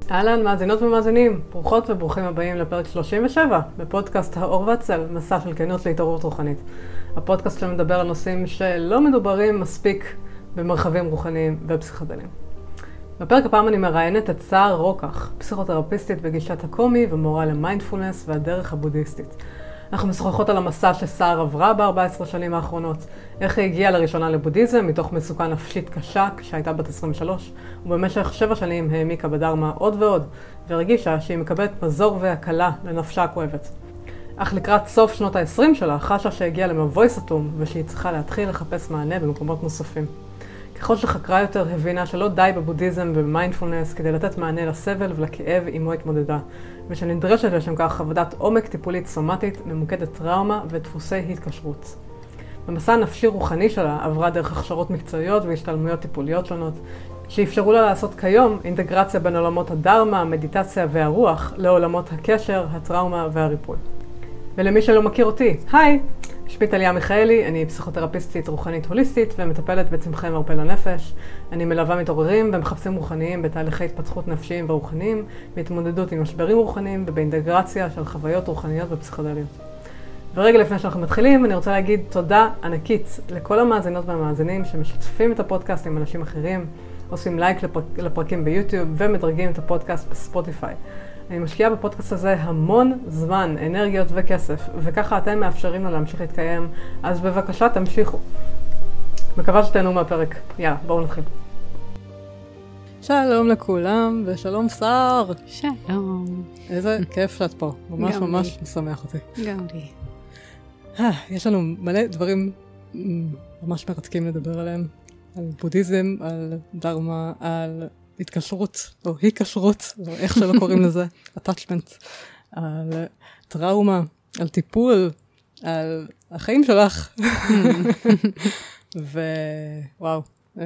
אהלן, מאזינות ומאזינים, ברוכות וברוכים הבאים לפרק 37 בפודקאסט האור והצל, מסע של כנות להתעוררות רוחנית. הפודקאסט שמדבר על נושאים שלא מדוברים מספיק במרחבים רוחניים ופסיכדליים. בפרק הפעם אני מראיינת את סער רוקח, פסיכותרפיסטית בגישת הקומי ומורה למיינדפולנס והדרך הבודהיסטית. אנחנו משוחחות על המסע שסער עברה ב-14 שנים האחרונות, איך היא הגיעה לראשונה לבודהיזם מתוך מצוקה נפשית קשה כשהייתה בת 23, ובמשך 7 שנים העמיקה בדרמה עוד ועוד, והרגישה שהיא מקבלת מזור והקלה לנפשה הכואבת. אך לקראת סוף שנות ה-20 שלה חשה שהגיעה למבוי סתום, ושהיא צריכה להתחיל לחפש מענה במקומות נוספים. ככל שחקרה יותר הבינה שלא די בבודהיזם ובמיינדפולנס כדי לתת מענה לסבל ולכאב עמו התמודדה, ושנדרשת לשם כך עבודת עומק טיפולית סומטית ממוקדת טראומה ודפוסי התקשרות. במסע הנפשי רוחני שלה עברה דרך הכשרות מקצועיות והשתלמויות טיפוליות שונות, שאפשרו לה לעשות כיום אינטגרציה בין עולמות הדרמה, המדיטציה והרוח לעולמות הקשר, הטראומה והריפוי. ולמי שלא מכיר אותי, היי! שמי טליה מיכאלי, אני פסיכותרפיסטית רוחנית הוליסטית ומטפלת בצמחי מרפא לנפש. אני מלווה מתעוררים ומחפשים רוחניים בתהליכי התפתחות נפשיים ורוחניים, בהתמודדות עם משברים רוחניים ובאינטגרציה של חוויות רוחניות ופסיכדליות. ורגע לפני שאנחנו מתחילים, אני רוצה להגיד תודה ענקית לכל המאזינות והמאזינים שמשתפים את הפודקאסט עם אנשים אחרים, עושים לייק לפרקים ביוטיוב ומדרגים את הפודקאסט בספוטיפיי. אני משקיעה בפודקאסט הזה המון זמן, אנרגיות וכסף, וככה אתם מאפשרים לו להמשיך להתקיים, אז בבקשה תמשיכו. מקווה שתהנו מהפרק. יאללה, בואו נתחיל. שלום לכולם, ושלום סער. שלום. איזה כיף שאת פה, ממש ממש משמח אותי. גם לי. יש לנו מלא דברים ממש מרתקים לדבר עליהם, על בודהיזם, על דרמה, על התקשרות, או היקשרות, או איך שלא קוראים לזה, attachment, על טראומה, על טיפול, על החיים שלך. ווואו,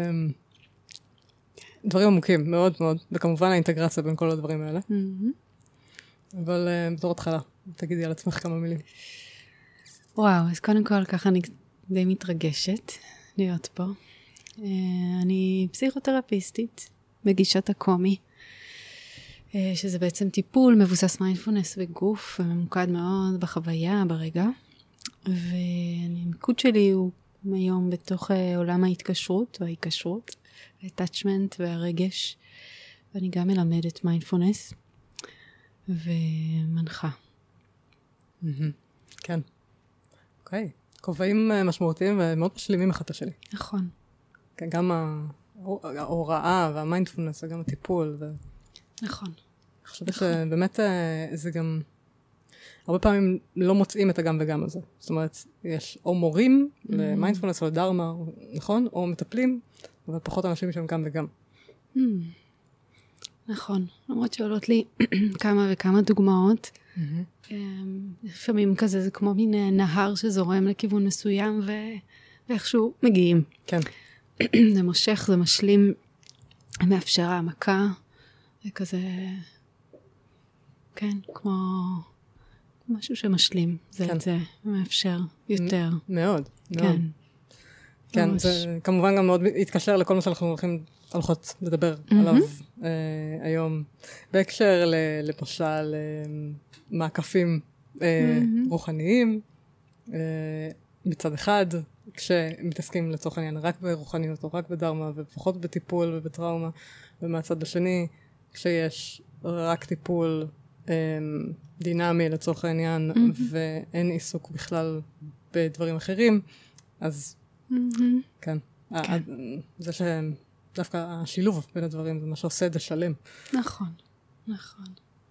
דברים עמוקים, מאוד מאוד, וכמובן האינטגרציה בין כל הדברים האלה. אבל בתור התחלה, תגידי על עצמך כמה מילים. וואו, אז קודם כל ככה אני די מתרגשת להיות פה. אני פסיכותרפיסטית בגישת הקומי, שזה בעצם טיפול מבוסס מיינדפולנס וגוף, ממוקד מאוד בחוויה, ברגע. והמיקוד שלי הוא היום בתוך עולם ההתקשרות, או ההיקשרות, ה-attachment והרגש. ואני גם מלמדת מיינדפולנס ומנחה. כן. אוקיי. כובעים משמעותיים ומאוד משלימים אחד את השני. נכון. כן, גם ההוראה והמיינדפולנס וגם הטיפול. נכון. אני חושבת שבאמת זה גם, הרבה פעמים לא מוצאים את הגם וגם הזה. זאת אומרת, יש או מורים למיינדפולנס או לדרמה, נכון? או מטפלים, אבל פחות אנשים שהם גם וגם. נכון. למרות שעולות לי כמה וכמה דוגמאות. לפעמים כזה זה כמו מין נהר שזורם לכיוון מסוים ואיכשהו מגיעים. כן. זה מושך, זה משלים, מאפשר העמקה, וכזה, כן, כמו משהו שמשלים, זה את זה, מאפשר יותר. מאוד, מאוד. כן. כן, זה כמובן גם מאוד התקשר לכל מה שאנחנו הולכות לדבר עליו היום, בהקשר למשל מעקפים רוחניים, מצד אחד, כשמתעסקים לצורך העניין רק ברוחניות או רק בדרמה ופחות בטיפול ובטראומה, ומהצד השני כשיש רק טיפול דינמי לצורך העניין ואין עיסוק בכלל בדברים אחרים, אז כן, זה שדווקא השילוב בין הדברים זה מה שעושה את זה שלם. נכון, נכון.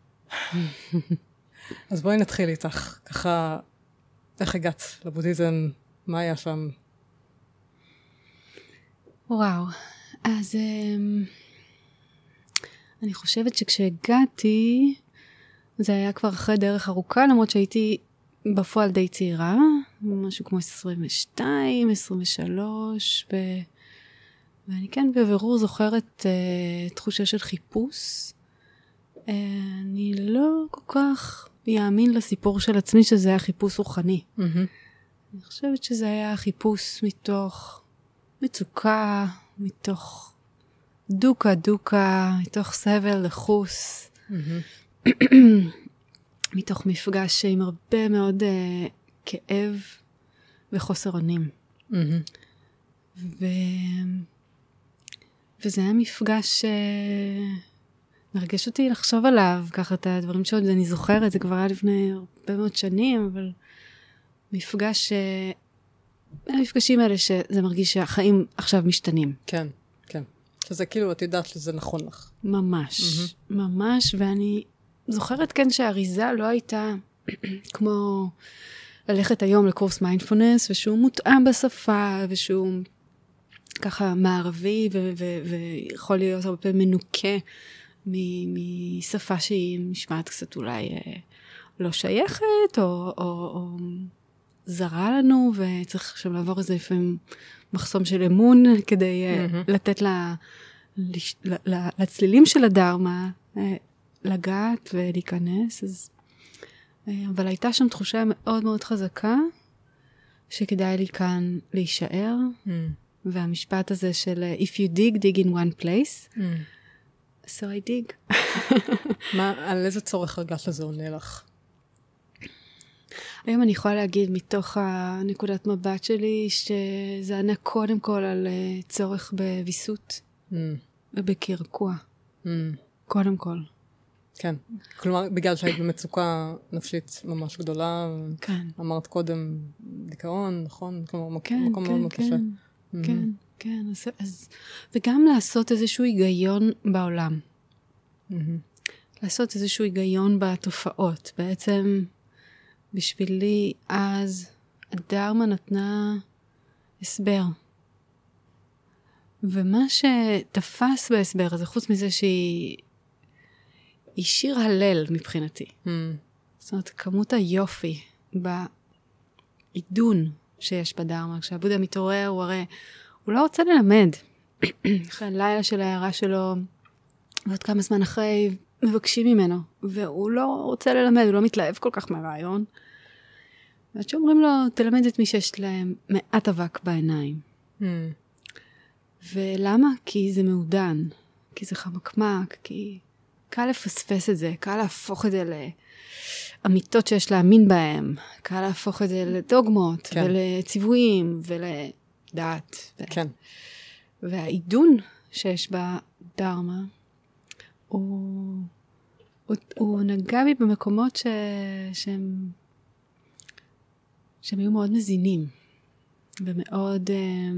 אז בואי נתחיל איתך, ככה איך הגעת לבודהיזם, מה היה שם? וואו, אז אני חושבת שכשהגעתי, זה היה כבר אחרי דרך ארוכה, למרות שהייתי בפועל די צעירה, משהו כמו 22, 23, ואני כן בבירור זוכרת תחושה של חיפוש. אני לא כל כך יאמין לסיפור של עצמי שזה היה חיפוש רוחני. אני חושבת שזה היה חיפוש מתוך מצוקה, מתוך דוקה, מתוך סבל לחוס, מתוך מפגש עם הרבה מאוד כאב וחוסר אונים. וזה היה מפגש מרגש אותי לחשוב עליו, ככה את הדברים שעוד אני זוכרת, זה כבר היה לפני הרבה מאוד שנים, אבל המפגשים האלה שזה מרגיש שהחיים עכשיו משתנים. כן, כן. שזה כאילו, את יודעת שזה נכון לך. ממש, ממש, ואני זוכרת כן שהאריזה לא הייתה כמו ללכת היום לקורס מיינדפולנס, ושהוא מותאם בשפה, ושהוא ככה מערבי, ויכול להיות הרבה פעמים מנוקה משפה שהיא נשמעת קצת אולי לא שייכת, או זרה לנו, וצריך עכשיו לעבור איזה לפעמים מחסום של אמון, כדי לתת לצלילים של הדרמה לגעת ולהיכנס. אבל הייתה שם תחושה מאוד מאוד חזקה, שכדאי לי כאן להישאר, והמשפט הזה של if you dig in one place, so I dig. על איזה צורך הרגש הזה עונה לך? היום אני יכולה להגיד מתוך הנקודת מבט שלי, שזה ענה קודם כל על צורך בביסות, ובקרקוע. קודם כל. כן. כלומר, בגלל שהיית במצוקה נפשית ממש גדולה, כן. אמרת קודם דיכאון, נכון? כלומר, מקום מאוד קשה. כן, כן. וגם לעשות איזשהו היגיון בעולם. לעשות איזשהו היגיון בתופעות. בעצם, בשבילי, אז הדרמה נתנה הסבר. ומה שתפס בהסבר הזה, חוץ מזה שהיא שיר הלל מבחינתי. זאת אומרת, כמות היופי בעידון שיש בדרמה. כשהבודה מתעורר, הוא לא רוצה ללמד. אחרי הלילה של ההערה שלו, ועוד כמה זמן אחרי, מבקשים ממנו. והוא לא רוצה ללמד, הוא לא מתלהב כל כך מהרעיון. ועד שאומרים לו, תלמד את מי שיש להם מעט אבק בעיניים. ולמה? כי זה מעודן. כי זה חמקמק, כי קל לפספס את זה, קל להפוך את זה לאמיתות שיש להאמין בהם, קל להפוך את זה לדוגמות, כן. ולציוויים, ולדעת. כן. והעידון שיש בדרמה, הוא נגע בי במקומות שהם היו מאוד מזינים, ומאוד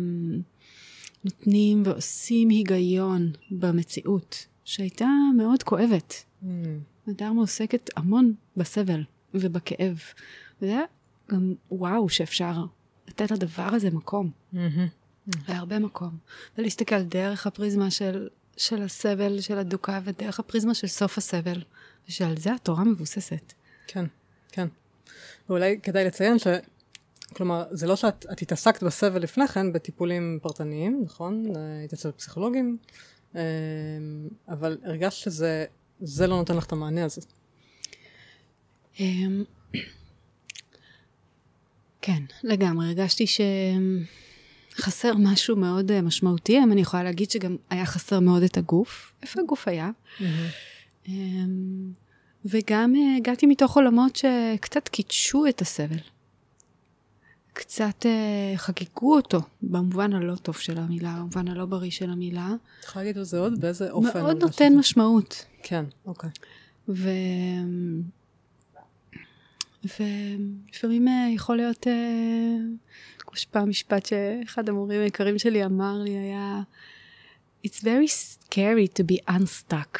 נותנים ועושים היגיון במציאות, שהייתה מאוד כואבת. הדרמה עוסקת המון בסבל ובכאב. וזה היה גם וואו שאפשר לתת לדבר הזה מקום. והרבה מקום. ולהסתכל דרך הפריזמה של הסבל, של הדוקה, ודרך הפריזמה של סוף הסבל. ושעל זה התורה מבוססת. כן, כן. ואולי כדאי לציין כלומר, זה לא שאת התעסקת בסבל לפני כן בטיפולים פרטניים, נכון? היית אצל פסיכולוגים, אבל הרגשת שזה לא נותן לך את המענה הזה. כן, לגמרי. הרגשתי שחסר משהו מאוד משמעותי, אני יכולה להגיד שגם היה חסר מאוד את הגוף. איפה הגוף היה? וגם הגעתי מתוך עולמות שקצת קידשו את הסבל. קצת חגיגו אותו, במובן הלא טוב של המילה, במובן הלא בריא של המילה. יכולה להגיד על זה עוד? באיזה אופן? מאוד נותן משמעות. כן, אוקיי. ולפעמים יכול להיות, כמו שפעם משפט שאחד המורים היקרים שלי אמר לי היה, It's very scary to be unstuck.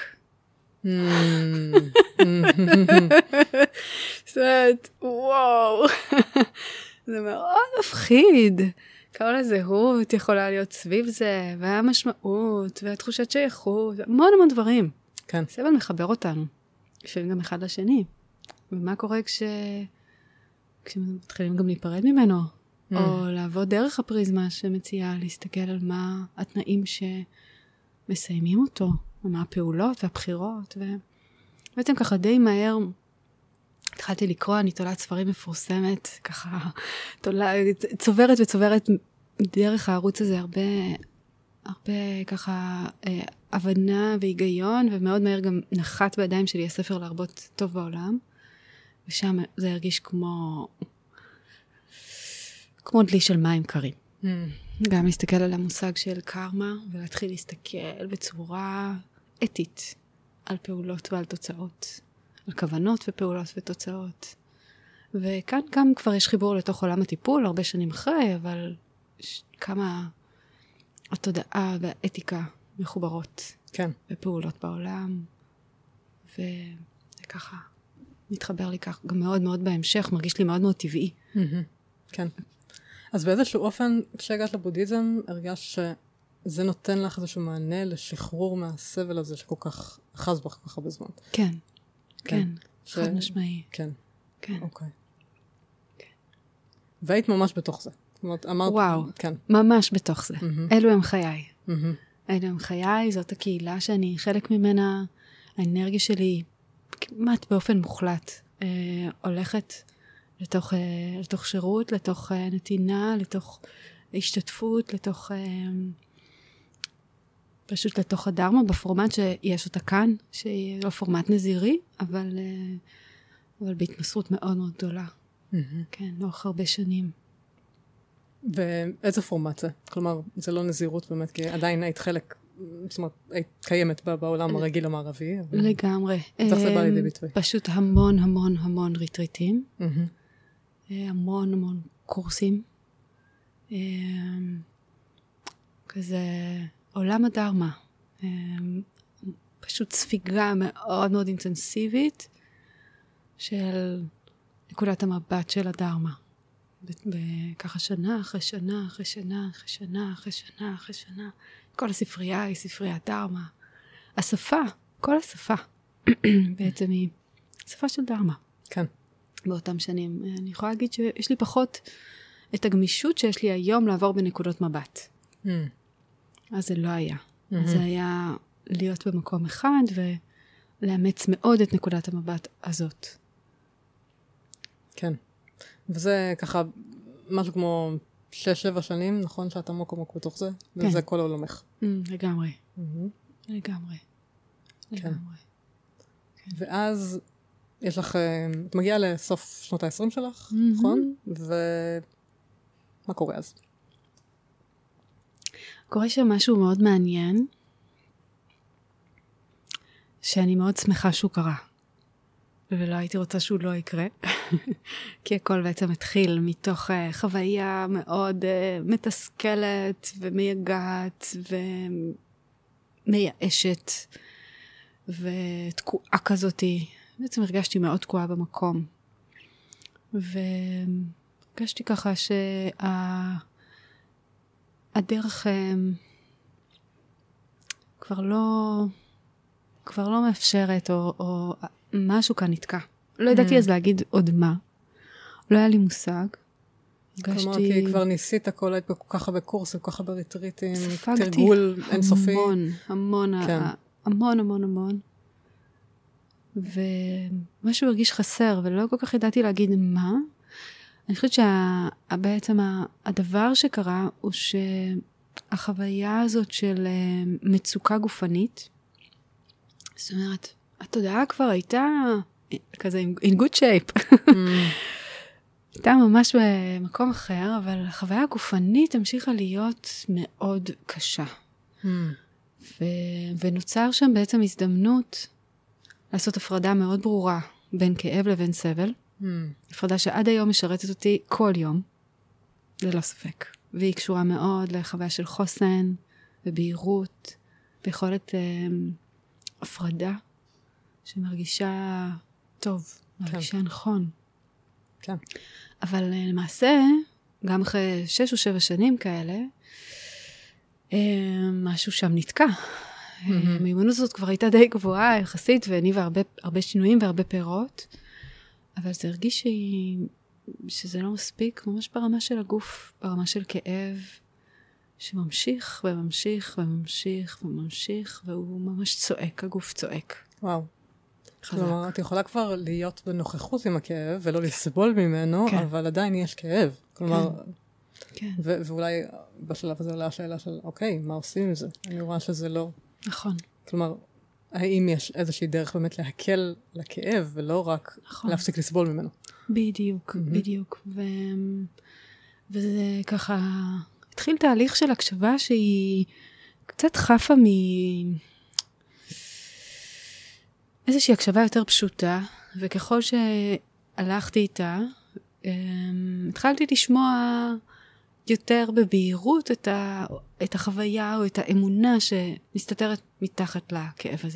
זאת אומרת, וואו. זה מאוד מפחיד. כל הזהות יכולה להיות סביב זה, והמשמעות, והתחושת שייכות, המון המון דברים. כן. סבל מחבר אותנו. לפעמים גם אחד לשני. ומה קורה כשמתחילים גם להיפרד ממנו? או לעבוד דרך הפריזמה שמציעה להסתכל על מה התנאים שמסיימים אותו, ומה הפעולות והבחירות. ובעצם ככה די מהר התחלתי לקרוא, אני תולעת ספרים מפורסמת, ככה צוברת וצוברת דרך הערוץ הזה הרבה ככה הבנה והיגיון, ומאוד מהר גם נחת בידיים שלי הספר להרבות טוב בעולם, ושם זה הרגיש כמו דלי של מים קרים. גם להסתכל על המושג של קרמה, ולהתחיל להסתכל בצורה אתית על פעולות ועל תוצאות, על כוונות ופעולות ותוצאות. וכאן גם כבר יש חיבור לתוך עולם הטיפול, הרבה שנים אחרי, אבל כמה התודעה והאתיקה מחוברות. כן. בפעולות בעולם, וככה מתחבר לי כך גם מאוד מאוד בהמשך, מרגיש לי מאוד מאוד טבעי. כן. אז באיזשהו אופן, כשהגעת לבודהיזם, הרגש שזה נותן לך איזשהו מענה לשחרור מהסבל הזה שכל כך אחז בך כל כך הרבה זמן. כן, כן, חד משמעי. כן. כן. אוקיי. והיית ממש בתוך זה. זאת אומרת, אמרת... וואו, כן. ממש בתוך זה. אלו הם חיי. אלו הם חיי, זאת הקהילה שאני חלק ממנה, האנרגיה שלי כמעט באופן מוחלט הולכת לתוך שירות, לתוך נתינה, לתוך השתתפות, פשוט לתוך הדרמה, בפורמט שיש אותה כאן, שהיא לא פורמט נזירי, אבל בהתמסרות מאוד מאוד גדולה. כן, לאורך הרבה שנים. ואיזה פורמט זה? כלומר, זה לא נזירות באמת, כי עדיין היית חלק, זאת אומרת, היית קיימת בעולם הרגיל המערבי. לגמרי. איך זה בא לידי ביטוי? פשוט המון המון המון ריטריטים. המון המון קורסים. כזה עולם הדרמה. פשוט ספיגה מאוד מאוד אינטנסיבית של נקודת המבט של הדרמה. וככה שנה אחרי שנה אחרי שנה אחרי שנה אחרי שנה אחרי שנה. כל הספרייה היא ספריית דרמה. השפה, כל השפה בעצם היא שפה של דרמה. כן. באותם שנים. אני יכולה להגיד שיש לי פחות את הגמישות שיש לי היום לעבור בנקודות מבט. אז זה לא היה. זה היה להיות במקום אחד ולאמץ מאוד את נקודת המבט הזאת. כן. וזה ככה משהו כמו 6-7 שנים, נכון? שאת עמוק בתוך זה? כן. וזה כל עולמך. לגמרי. לגמרי. לגמרי. ואז יש לך, את מגיעה לסוף שנות ה-20 שלך, נכון? ומה קורה אז? קורה שם משהו מאוד מעניין, שאני מאוד שמחה שהוא קרה. ולא הייתי רוצה שהוא לא יקרה, כי הכל בעצם התחיל מתוך חוויה מאוד מתסכלת ומייגעת ומייאשת ותקועה כזאת. בעצם הרגשתי מאוד תקועה במקום. והרגשתי ככה שהדרך כבר לא מאפשרת או משהו כאן נתקע. לא ידעתי אז להגיד עוד מה. לא היה לי מושג. כלומר, כי כבר ניסית הכל, היית כל כך בקורס, כל כך בריטריטים, תרגול אינסופי. המון, המון. ומשהו הרגיש חסר, ולא כל כך ידעתי להגיד מה. אני חושבת שבעצם הדבר שקרה, הוא שהחוויה הזאת של מצוקה גופנית, זאת אומרת, התודעה כבר הייתה כזה in good shape. הייתה ממש במקום אחר, אבל החוויה הגופנית המשיכה להיות מאוד קשה. ונוצר שם בעצם הזדמנות לעשות הפרדה מאוד ברורה בין כאב לבין סבל. הפרדה שעד היום משרתת אותי כל יום, ללא ספק. והיא קשורה מאוד לחוויה של חוסן ובהירות, ויכולת הפרדה. שמרגישה טוב, מרגישה נכון. כן. אבל למעשה, גם אחרי 6 או 7 שנים כאלה, משהו שם נתקע. המיומנות הזאת כבר הייתה די גבוהה יחסית, והניבה הרבה שינויים והרבה פירות, אבל זה הרגיש שזה לא מספיק, ממש ברמה של הגוף, ברמה של כאב, שממשיך וממשיך וממשיך וממשיך, והוא ממש צועק, הגוף צועק. וואו. כלומר, את יכולה כבר להיות בנוכחות עם הכאב, ולא לסבול ממנו, אבל עדיין יש כאב. כלומר, ואולי בשלב הזה עולה השאלה של, אוקיי, מה עושים עם זה? אני רואה שזה לא נכון. כלומר, האם יש איזושהי דרך באמת להקל לכאב, ולא רק להפסיק לסבול ממנו? בדיוק, בדיוק. וזה ככה, התחיל תהליך של הקשבה שהיא קצת חפה איזושהי הקשבה יותר פשוטה, וככל שהלכתי איתה, התחלתי לשמוע יותר בבהירות את החוויה או את האמונה שמסתתרת מתחת לכאב הזה.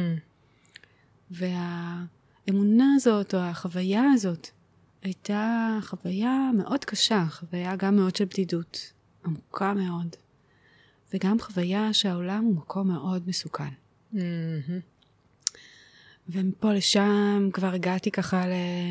והאמונה הזאת או החוויה הזאת הייתה חוויה מאוד קשה, חוויה גם מאוד של בדידות, עמוקה מאוד, וגם חוויה שהעולם הוא מקום מאוד מסוכן. ומפה לשם כבר הגעתי ככה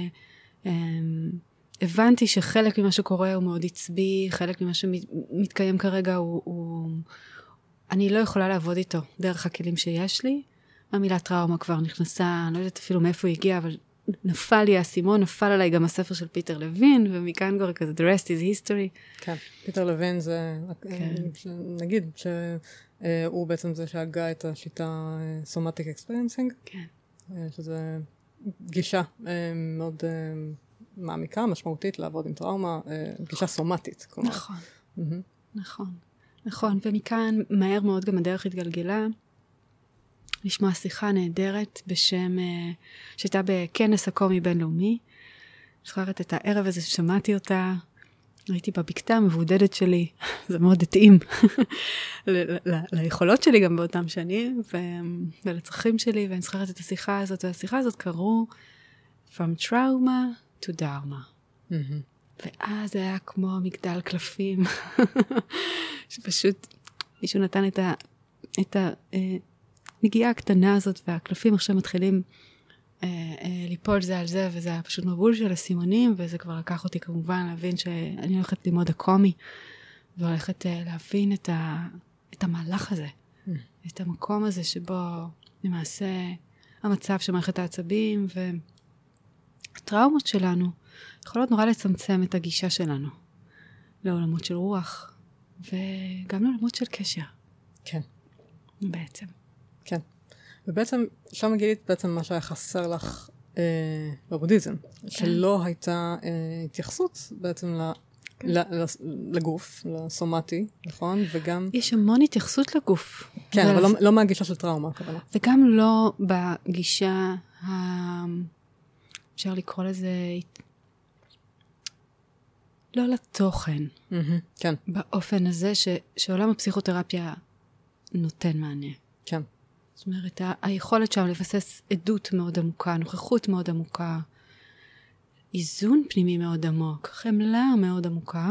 הבנתי שחלק ממה שקורה הוא מאוד עצבי, חלק ממה שמתקיים כרגע אני לא יכולה לעבוד איתו דרך הכלים שיש לי. המילה טראומה כבר נכנסה, אני לא יודעת אפילו מאיפה הוא הגיע, אבל נפל לי האסימון, נפל עליי גם הספר של פיטר לוין, ומכאן כבר כזה, the rest is history. כן, פיטר לוין זה, נגיד שהוא בעצם זה שהגה את השיטה somatic experiencing. כן. שזה גישה מאוד מעמיקה, משמעותית לעבוד עם טראומה, גישה סומטית. נכון, נכון. ומכאן מהר מאוד גם הדרך התגלגלה, לשמוע שיחה נהדרת בשם, שהייתה בכנס הקומי בינלאומי. זוכרת את הערב הזה ששמעתי אותה, הייתי בבקתה המבודדת שלי, זה מאוד התאים ליכולות שלי גם באותם שנים, ולצרכים שלי, ואני זוכרת את השיחה הזאת, והשיחה הזאת קראו From Trauma to Dharma. ואז זה היה כמו מגדל קלפים, שפשוט מישהו נתן את הנגיעה הקטנה הזאת, והקלפים עכשיו מתחילים ליפול זה על זה, וזה היה פשוט מבול של הסימונים, וזה כבר לקח אותי כמובן להבין שאני הולכת ללמוד הקומי, והולכת להבין את המהלך הזה, את המקום הזה שבו למעשה המצב של מערכת העצבים, והטראומות שלנו יכולות נורא לצמצם את הגישה שלנו, לעולמות של רוח, וגם לעולמות של קשר. כן. בעצם. כן. ובעצם, שם גילית בעצם מה שהיה חסר לך בבודהיזם, שלא הייתה התייחסות בעצם לגוף, לסומטי, נכון? וגם... יש המון התייחסות לגוף. כן, אבל לא מהגישה של טראומה, הכוונה. וגם לא בגישה, אפשר לקרוא לזה, לא לתוכן. כן. באופן הזה שעולם הפסיכותרפיה נותן מענה. כן. זאת אומרת, היכולת שם לבסס עדות מאוד עמוקה, נוכחות מאוד עמוקה, איזון פנימי מאוד עמוק, חמלה מאוד עמוקה,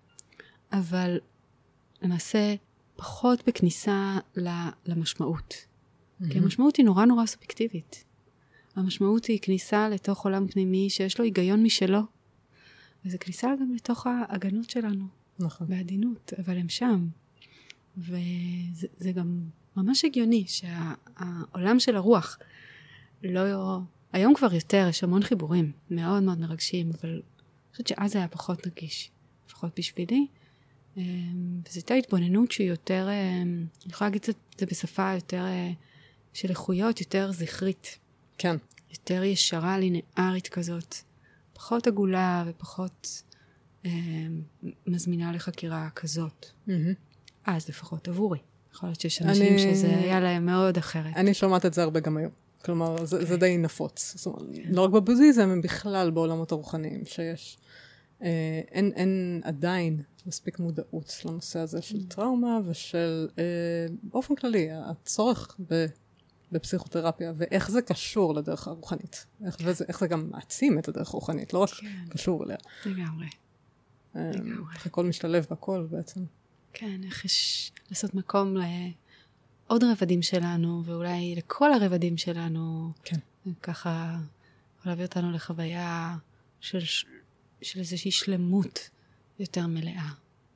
אבל למעשה פחות בכניסה למשמעות. כי המשמעות היא נורא נורא סובייקטיבית. המשמעות היא כניסה לתוך עולם פנימי שיש לו היגיון משלו, וזה כניסה גם לתוך ההגנות שלנו. נכון. בעדינות, אבל הם שם. וזה גם ממש הגיוני שהעולם של הרוח לא... היום כבר יותר, יש המון חיבורים מאוד מאוד מרגשים, אבל אני חושבת שאז היה פחות נגיש, לפחות בשבילי. וזו הייתה התבוננות שהיא יותר, אני יכולה להגיד את זה בשפה יותר של איכויות, יותר זכרית. כן. יותר ישרה, לינארית כזאת. פחות עגולה ופחות מזמינה לחקירה כזאת. אז לפחות עבורי. יכול להיות שיש אנשים שזה היה להם מאוד אחרת. אני שומעת את זה הרבה גם היום. כלומר, זה די נפוץ. זאת אומרת, לא רק בבודהיזם, הם בכלל בעולמות הרוחניים, שיש, אין עדיין מספיק מודעות לנושא הזה של טראומה, ושל, באופן כללי, הצורך בפסיכותרפיה, ואיך זה קשור לדרך הרוחנית. איך זה גם מעצים את הדרך הרוחנית, לא רק קשור אליה. לגמרי. איך הכל משתלב בכל בעצם. כן, איך יש לעשות מקום לעוד רבדים שלנו, ואולי לכל הרבדים שלנו. כן. ככה, יכול להביא אותנו לחוויה של איזושהי שלמות יותר מלאה.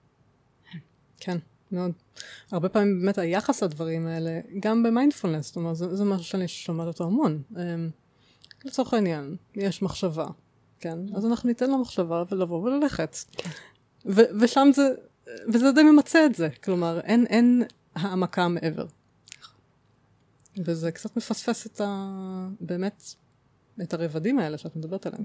כן, מאוד. הרבה פעמים באמת היחס לדברים האלה, גם במיינדפולנס, זאת אומרת, זה משהו שאני שומעת אותו המון. לצורך העניין, יש מחשבה, כן? אז אנחנו ניתן למחשבה ולבוא וללכת. כן. ושם זה, וזה די ממצא את זה. כלומר, אין העמקה מעבר. וזה קצת מפספס באמת, את הרבדים האלה שאת מדברת עליהם.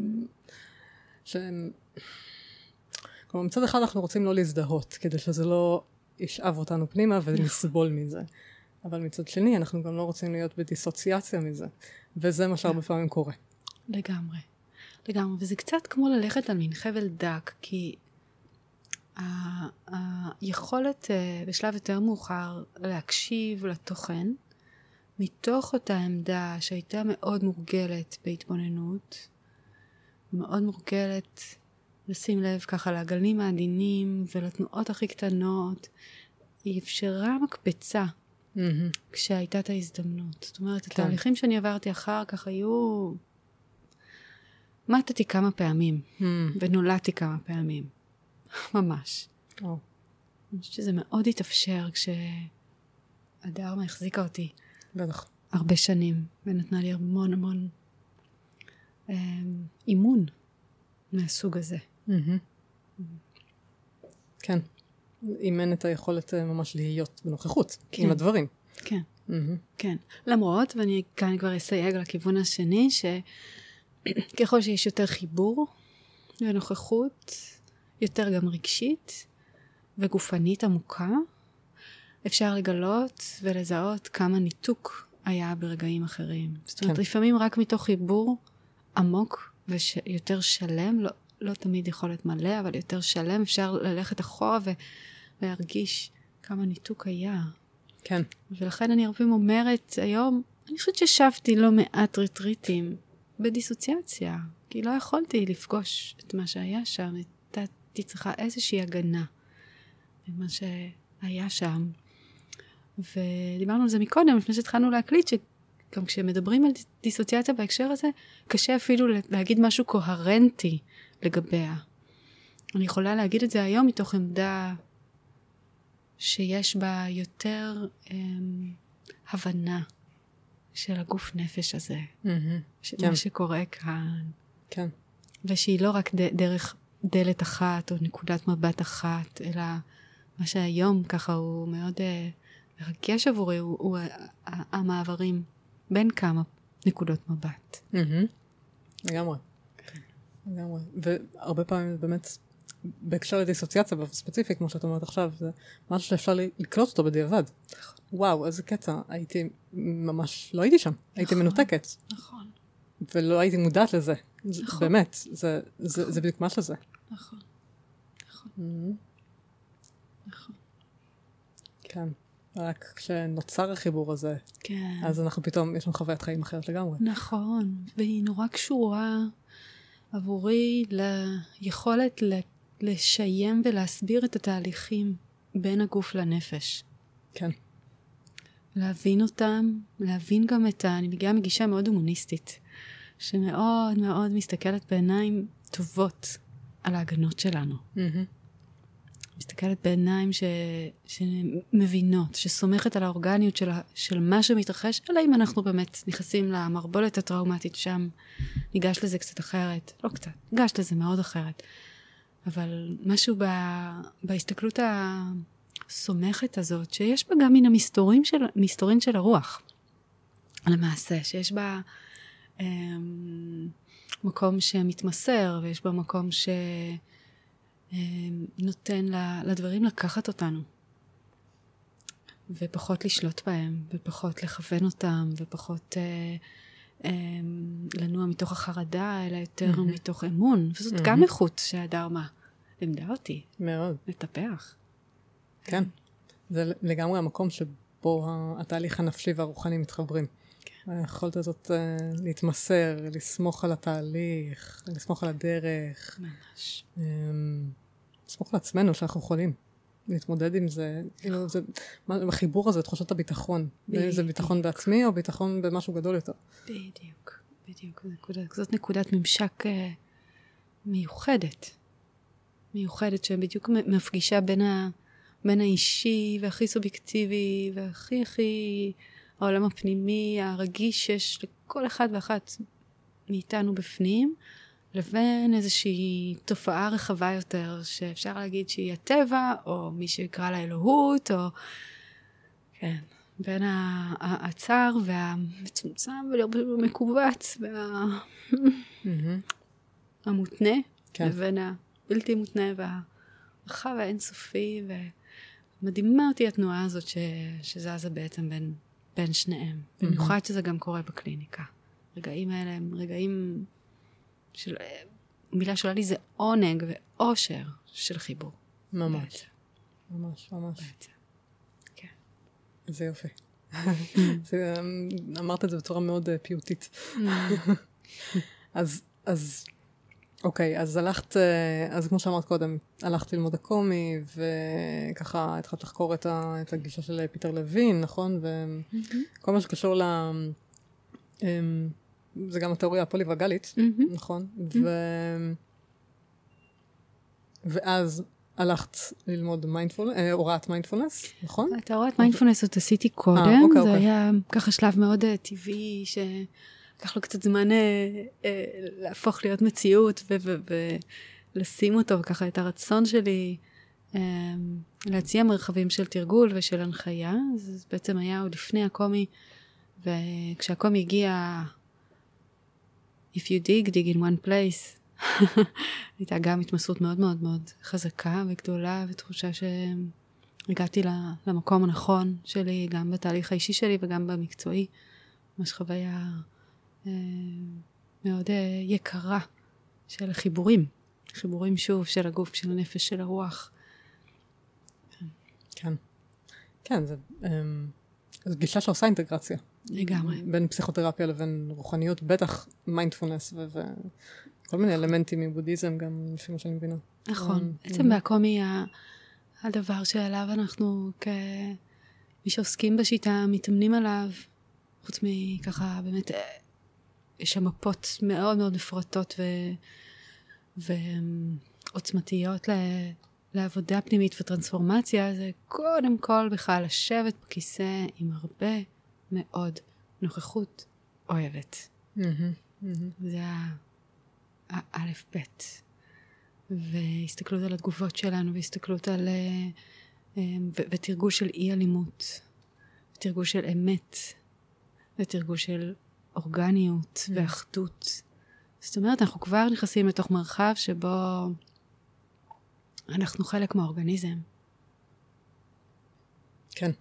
כלומר, מצד אחד אנחנו רוצים לא להזדהות, כדי שזה לא ישאב אותנו פנימה ונסבול מזה. אבל מצד שני, אנחנו גם לא רוצים להיות בדיסוציאציה מזה. וזה מה שהרבה פעמים קורה. לגמרי. לגמרי. וזה קצת כמו ללכת על מין חבל דק, כי היכולת בשלב יותר מאוחר להקשיב לתוכן, מתוך אותה עמדה שהייתה מאוד מורגלת בהתבוננות, מאוד מורגלת לשים לב ככה לעגלים העדינים ולתנועות הכי קטנות, היא אפשרה מקפצה כשהייתה את ההזדמנות. זאת אומרת, התהליכים שאני עברתי אחר כך היו... מתתי כמה פעמים, ונולדתי כמה פעמים. ממש. אני חושבת שזה מאוד התאפשר כשהדרמה החזיקה אותי. בטח. הרבה שנים, ונתנה לי המון המון אימון מהסוג הזה. כן. אימן את היכולת ממש להיות בנוכחות עם הדברים. כן. כן. למרות, ואני כאן כבר אסייג לכיוון השני, שככל שיש יותר חיבור ונוכחות, יותר גם רגשית וגופנית עמוקה, אפשר לגלות ולזהות כמה ניתוק היה ברגעים אחרים. זאת אומרת, לפעמים רק מתוך חיבור עמוק ויותר שלם, לא תמיד יכולת מלא, אבל יותר שלם, אפשר ללכת אחורה ולהרגיש כמה ניתוק היה. כן. ולכן אני הרבה אומרת היום, אני חושבת ששבתי לא מעט ריטריטים בדיסוציאציה, כי לא יכולתי לפגוש את מה שהיה שם, הייתי צריכה איזושהי הגנה במה שהיה שם. ודיברנו על זה מקודם, לפני שהתחלנו להקליט, שגם כשמדברים על דיסוציאציה בהקשר הזה, קשה אפילו להגיד משהו קוהרנטי לגביה. אני יכולה להגיד את זה היום מתוך עמדה שיש בה יותר הבנה של הגוף נפש הזה, של מה שקורה כאן. כן. ושהיא לא רק דרך דלת אחת או נקודת מבט אחת, אלא מה שהיום ככה הוא מאוד מרגש עבורי, הוא המעברים בין כמה נקודות מבט. לגמרי. לגמרי. והרבה פעמים באמת, בהקשר לדיסוציאציה ספציפית, כמו שאת אומרת עכשיו, זה משהו שאפשר לקלוט אותו בדיעבד. וואו, איזה קטע. ממש לא הייתי שם. הייתי מנותקת. נכון. ולא הייתי מודעת לזה. באמת, זה בדיוק מה שזה. נכון. נכון. נכון. כן. רק כשנוצר החיבור הזה, כן. אז אנחנו פתאום, יש לנו חוויית חיים אחרת לגמרי. נכון. והיא נורא קשורה עבורי ליכולת לשיים ולהסביר את התהליכים בין הגוף לנפש. כן. להבין אותם, להבין גם אני מגיעה מגישה מאוד הומניסטית, שמאוד מאוד מסתכלת בעיניים טובות על ההגנות שלנו. מסתכלת בעיניים שמבינות, שסומכת על האורגניות של מה שמתרחש, אלא אם אנחנו באמת נכנסים למרבולת הטראומטית שם, ניגש לזה קצת אחרת, לא קצת, ניגש לזה מאוד אחרת. אבל משהו בהסתכלות הסומכת הזאת, שיש בה גם מן המסתורין של הרוח, למעשה, שיש בה מקום שמתמסר, ויש בה מקום נותן לדברים לקחת אותנו, ופחות לשלוט בהם, ופחות לכוון אותם, ופחות לנוע מתוך החרדה, אלא יותר מתוך אמון. וזאת גם איכות שהדרמה לימדה אותי. מאוד. לטפח. כן. זה לגמרי המקום שבו התהליך הנפשי והרוחני מתחברים. היכולת הזאת להתמסר, לסמוך על התהליך, לסמוך על הדרך. ממש. לסמוך על עצמנו שאנחנו יכולים להתמודד עם זה. בחיבור הזה, תחושת הביטחון. זה ביטחון בעצמי או ביטחון במשהו גדול יותר. בדיוק, בדיוק. זאת נקודת ממשק מיוחדת. מיוחדת שבדיוק מפגישה בין האישי והכי סובייקטיבי והכי העולם הפנימי, הרגיש שיש לכל אחד ואחת מאיתנו בפנים, לבין איזושהי תופעה רחבה יותר, שאפשר להגיד שהיא הטבע, או מי שיקרא לה אלוהות, או... כן. בין הצער והמצומצם והמקובץ והמותנה, לבין הבלתי מותנה והרחב והאינסופי, ומדהימה אותי התנועה הזאת שזזה בעצם בין שניהם. במיוחד שזה גם קורה בקליניקה. רגעים האלה הם רגעים של... מילה שעולה לי זה עונג ואושר של חיבור. ממש. ממש. בעצם. כן. זה יופי. אמרת את זה בצורה מאוד פיוטית. אז אוקיי, אז הלכת, אז כמו שאמרת קודם, הלכת ללמוד הקומי, וככה התחלת לחקור את הגישה של פיטר לוין, נכון? וכל מה שקשור זה גם התיאוריה הפוליווגלית, נכון? ואז הלכת ללמוד הוראת מיינדפולנס, נכון? את הוראת מיינדפולנס עוד עשיתי קודם, זה היה ככה שלב מאוד טבעי, לקח לו קצת זמן להפוך להיות מציאות, ולשים אותו, וככה את הרצון שלי להציע מרחבים של תרגול ושל הנחיה, זה בעצם היה עוד לפני הקומי, וכשהקומי הגיע, if you dig in one place, הייתה גם התמסרות מאוד מאוד מאוד חזקה וגדולה, ותחושה שהגעתי למקום הנכון שלי, גם בתהליך האישי שלי וגם במקצועי. ממש חוויה מאוד יקרה של חיבורים שוב, של הגוף, של הנפש, של הרוח. כן, זו גישה שעושה אינטגרציה. לגמרי. בין פסיכותרפיה לבין רוחניות, בטח מיינדפולנס כל מיני אלמנטים מבודהיזם, גם לפי מה שאני מבינה. נכון. בעצם בהקומי, הדבר שעליו אנחנו כמי שעוסקים בשיטה, מתאמנים עליו, חוץ מככה, באמת, יש שם מפות מאוד מאוד מפורטות ועוצמתיות לעבודה פנימית וטרנספורמציה, זה קודם כל בכלל לשבת בכיסא עם הרבה מאוד נוכחות אוהבת. זה האלף בית. והסתכלות על התגובות שלנו, והסתכלות על... ותרגול של אי אלימות, ותרגול של אמת, ותרגול של אורגניות ואחדות. זאת אומרת, אנחנו כבר נכנסים לתוך מרחב שבו אנחנו חלק מהאורגניזם. כן.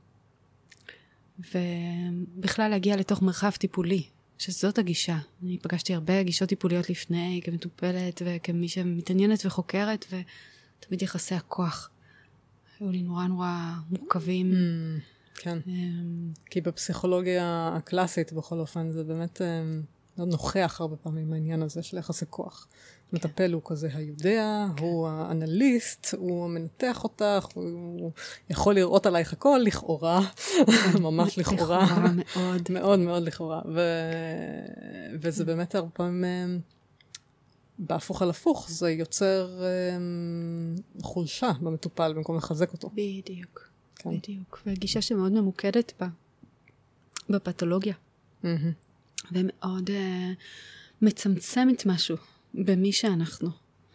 ובכלל להגיע לתוך מרחב טיפולי, שזאת הגישה. אני פגשתי הרבה גישות טיפוליות לפני, כמטופלת וכמי שמתעניינת וחוקרת, ותמיד יחסי הכוח. היו לי נורא מורכבים. כן. כי בפסיכולוגיה הקלאסית, בכל אופן, זה באמת מאוד נוכח הרבה פעמים העניין הזה של יחסי כוח. מטפל הוא כזה היודע, הוא האנליסט, הוא המנתח אותך, הוא יכול לראות עלייך הכל, לכאורה, ממש לכאורה. לכאורה מאוד. מאוד מאוד לכאורה. וזה באמת הרבה פעמים, בהפוך על הפוך, זה יוצר חולשה במטופל, במקום לחזק אותו. בדיוק. כן. בדיוק. והגישה שמאוד ממוקדת בפתולוגיה. ומאוד מצמצמת משהו. במי שאנחנו.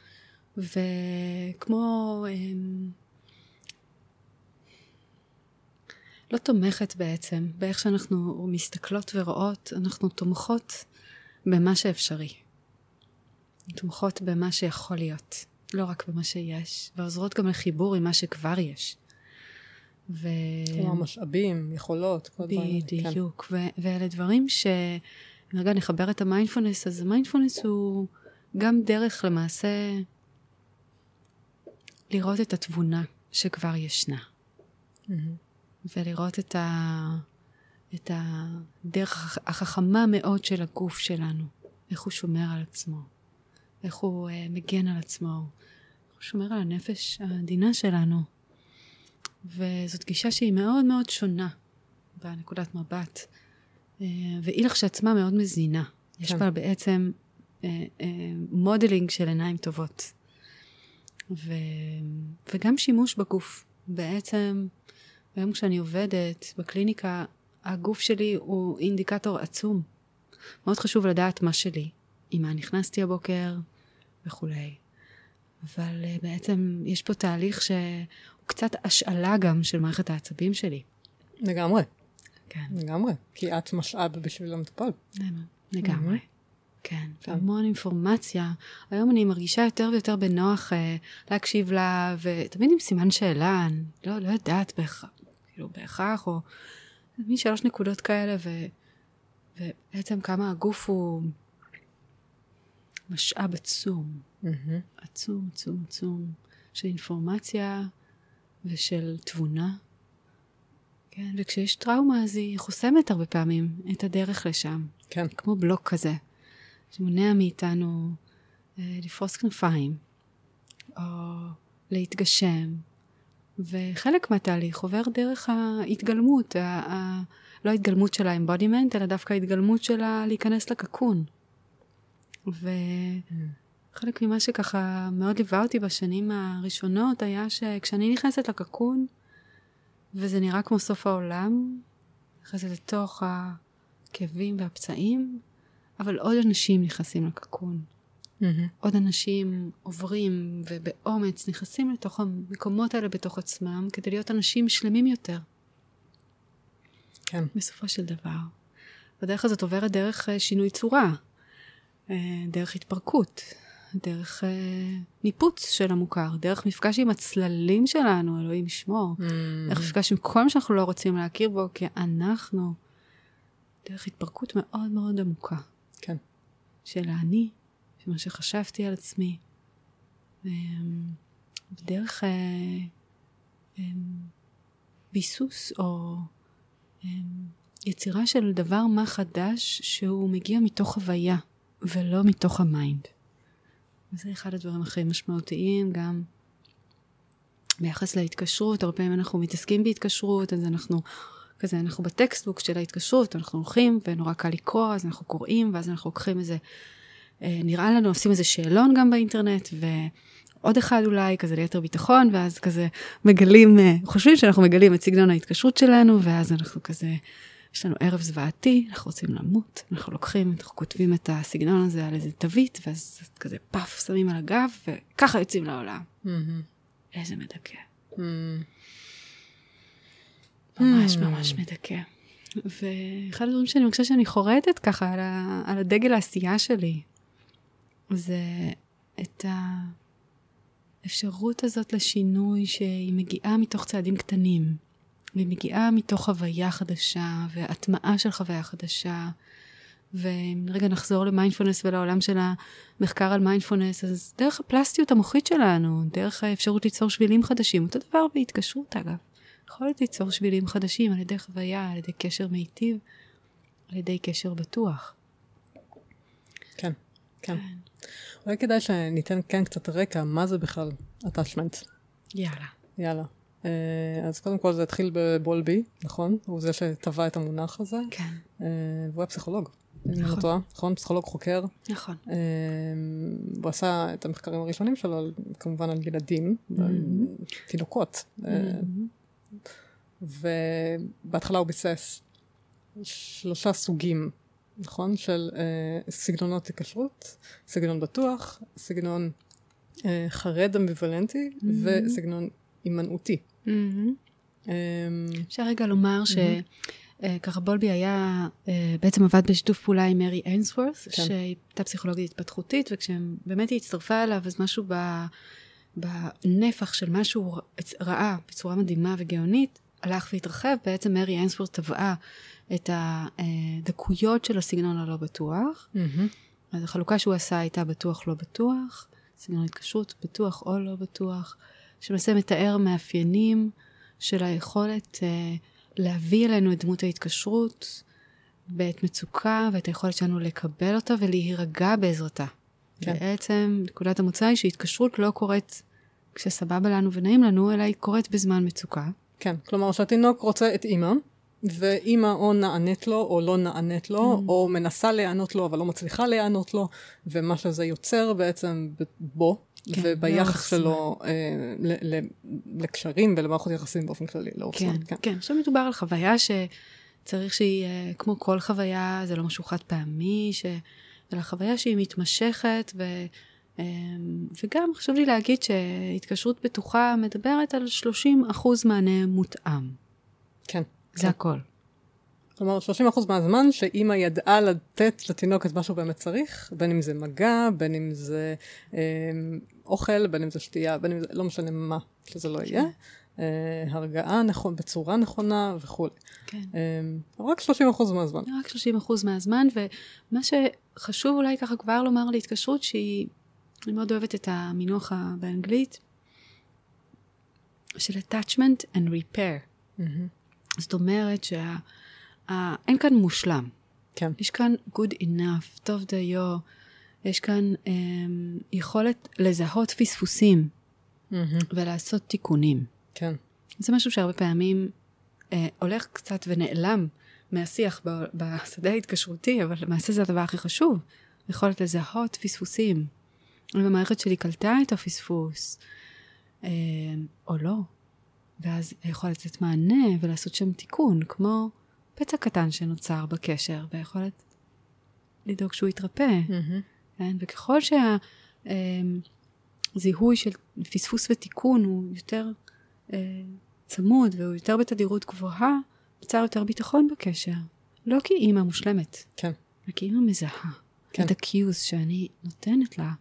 וכמו לא תומכת בעצם, באיך שאנחנו מסתכלות ורואות, אנחנו תומכות במה שאפשרי. תומכות במה שיכול להיות, לא רק במה שיש, ועוזרות גם לחיבור עם מה שכבר יש. כמו משאבים, יכולות, כל דברים. בדיוק, ואלה דברים רגע נחבר את המיינדפולנס, אז המיינדפולנס הוא גם דרך למעשה לראות את התבונה שכבר ישנה. ולראות את הדרך החכמה מאוד של הגוף שלנו. איך הוא שומר על עצמו. איך הוא מגן על עצמו. איך הוא שומר על הנפש העדינה שלנו. וזאת גישה שהיא מאוד מאוד שונה בנקודת מבט. והיא לכשעצמה מאוד מזינה. יש בה בעצם מודלינג של עיניים טובות. וגם שימוש בגוף. בעצם, היום כשאני עובדת בקליניקה, הגוף שלי הוא אינדיקטור עצום. מאוד חשוב לדעת מה שלי, עם מה נכנסתי הבוקר וכו'. אבל בעצם יש פה תהליך שהוא קצת השאלה גם של מערכת העצבים שלי. לגמרי. כן. לגמרי, כי את משאב בשביל המטופל. לגמרי. כן, המון אינפורמציה. היום אני מרגישה יותר ויותר בנוח להקשיב לה, ותמיד עם סימן שאלה, אני לא יודעת בהכרח, או מין 3 נקודות כאלה, ובעצם כמה הגוף הוא משאב עצום, עצום, עצום, עצום, של אינפורמציה ושל תבונה. כן, וכשיש טראומה, אז היא חוסמת הרבה פעמים את הדרך לשם. כן. כמו בלוק כזה. שמונע מאיתנו לפרוס כנפיים, או להתגשם, וחלק מהתהליך עובר דרך ההתגלמות, לא ההתגלמות של האמבודימנט, אלא דווקא ההתגלמות שלה להיכנס לקקון. וחלק ממה שככה מאוד ליווה אותי בשנים הראשונות, היה שכשאני נכנסת לקקון, וזה נראה כמו סוף העולם, נכנסת לתוך הכאבים והפצעים, אבל עוד אנשים נכנסים לקקון. עוד אנשים עוברים ובאומץ נכנסים לתוך המקומות האלה בתוך עצמם, כדי להיות אנשים שלמים יותר. כן. בסופו של דבר. והדרך הזאת עוברת דרך שינוי צורה, דרך התפרקות, דרך ניפוץ של המוכר, דרך מפגש עם הצללים שלנו, אלוהים ישמור, דרך מפגש עם כל מה שאנחנו לא רוצים להכיר בו, כי אנחנו, דרך התפרקות מאוד מאוד עמוקה. כן. של האני, של מה שחשבתי על עצמי, בדרך ביסוס או יצירה של דבר מה חדש שהוא מגיע מתוך הוויה ולא מתוך המיינד. וזה אחד הדברים הכי משמעותיים, גם ביחס להתקשרות. הרבה פעמים אנחנו מתעסקים בהתקשרות, אז אנחנו בטקסטבוק של ההתקשרות, אנחנו הולכים ונורא קל לקרוא, אז אנחנו קוראים, ואז אנחנו לוקחים איזה, נראה לנו, עושים איזה שאלון גם באינטרנט, ועוד אחד אולי, כזה ליתר ביטחון, ואז כזה מגלים, חושבים שאנחנו מגלים את סגנון ההתקשרות שלנו, ואז אנחנו כזה, יש לנו ערב זוועתי, אנחנו רוצים למות, אנחנו כותבים את הסגנון הזה על איזה תווית, ואז כזה פף שמים על הגב, וככה יוצאים לעולם. איזה מדכא. ממש ממש מדכא. ואחד הדברים שאני מרגישה שאני חורטת ככה על הדגל העשייה שלי, זה את האפשרות הזאת לשינוי שהיא מגיעה מתוך צעדים קטנים, והיא מגיעה מתוך חוויה חדשה, והטמעה של חוויה חדשה, ורגע נחזור למיינדפולנס ולעולם של המחקר על מיינדפולנס, אז דרך הפלסטיות המוחית שלנו, דרך האפשרות ליצור שבילים חדשים, אותו דבר בהתקשרות אגב, יכולת ליצור שבילים חדשים על ידי חוויה, על ידי קשר מיטיב, על ידי קשר בטוח. כן, כן. אולי כדאי שניתן כאן קצת רקע, מה זה בכלל attachment? יאללה. אז קודם כל זה התחיל בבולבי, נכון? הוא זה שטבע את המונח הזה. כן. והוא היה פסיכולוג. נכון? פסיכולוג חוקר. נכון. הוא עשה את המחקרים הראשונים שלו, כמובן על ילדים, תינוקות. ובהתחלה הוא ביסס 3 סוגים, נכון? של סגנונות התקשרות, סגנון בטוח, סגנון חרד אמביוולנטי, וסגנון הימנעותי. אפשר רגע לומר שככה בולבי היה, בעצם עבד בשיתוף פעולה עם מרי אינסוורת', שהייתה פסיכולוגית התפתחותית, וכשבאמת היא הצטרפה אליו, אז משהו בנפח של משהו ראה בצורה מדהימה וגאונית, הלך והתרחב. בעצם מרי אינסוורת' טבעה את הדקויות של הסגנון הלא בטוח. אז החלוקה שהוא עשה הייתה בטוח לא בטוח, סגנון התקשרות בטוח או לא בטוח, שמנסה מתאר מאפיינים של היכולת להביא אלינו את דמות ההתקשרות בעת מצוקה, ואת היכולת שלנו לקבל אותה ולהירגע בעזרתה. כן. בעצם נקודת המוצא היא שהתקשרות לא קורית כשסבבה לנו ונעים לנו, אלא היא קורית בזמן מצוקה. כן, כלומר שהתינוק רוצה את אמא, ואמא או נענית לו או לא נענית לו, או מנסה להיענות לו אבל לא מצליחה להיענות לו, ומה שזה יוצר בעצם בו, כן, וביחס שלו לקשרים ולמערכות יחסים באופן כללי. כן, כן. כן, עכשיו מדובר על חוויה שצריך שהיא, כמו כל חוויה, זה לא משהו חד פעמי, אלא חוויה שהיא מתמשכת, וגם חשוב לי להגיד שהתקשרות בטוחה מדברת על 30% מענה מותאם. כן. זה הכל. כלומר, 30% מהזמן שאמא ידעה לתת לתינוק את מה שהוא באמת צריך, בין אם זה מגע, בין אם זה אוכל, בין אם זה שתייה, בין אם זה לא משנה מה שזה לא יהיה. הרגעה בצורה נכונה וכו'. כן. רק 30% מהזמן. רק 30% מהזמן, ומה שחשוב אולי ככה כבר לומר להתקשרות, שהיא, אני מאוד אוהבת את המינוח באנגלית, של attachment and repair. זאת אומרת אין כאן מושלם. כן. יש כאן good enough, טוב דיו, יש כאן יכולת לזהות פספוסים, ולעשות תיקונים. כן. זה משהו שהרבה פעמים הולך קצת ונעלם מהשיח בשדה ההתקשרותי, אבל למעשה זה הדבר הכי חשוב. יכולת לזהות פספוסים. אם המערכת שלי קלטה את הפספוס, או לא. ואז יכולת לתת מענה ולעשות שם תיקון, כמו פצע קטן שנוצר בקשר, ויכולת לדאוג שהוא יתרפא. כן? וככל שהזיהוי של פספוס ותיקון הוא יותר צמוד, והוא יותר בתדירות גבוהה, נוצר יותר ביטחון בקשר. לא כי אימא מושלמת. כן. אלא כי אימא מזהה. כן. את הקיוז שאני נותנת לה,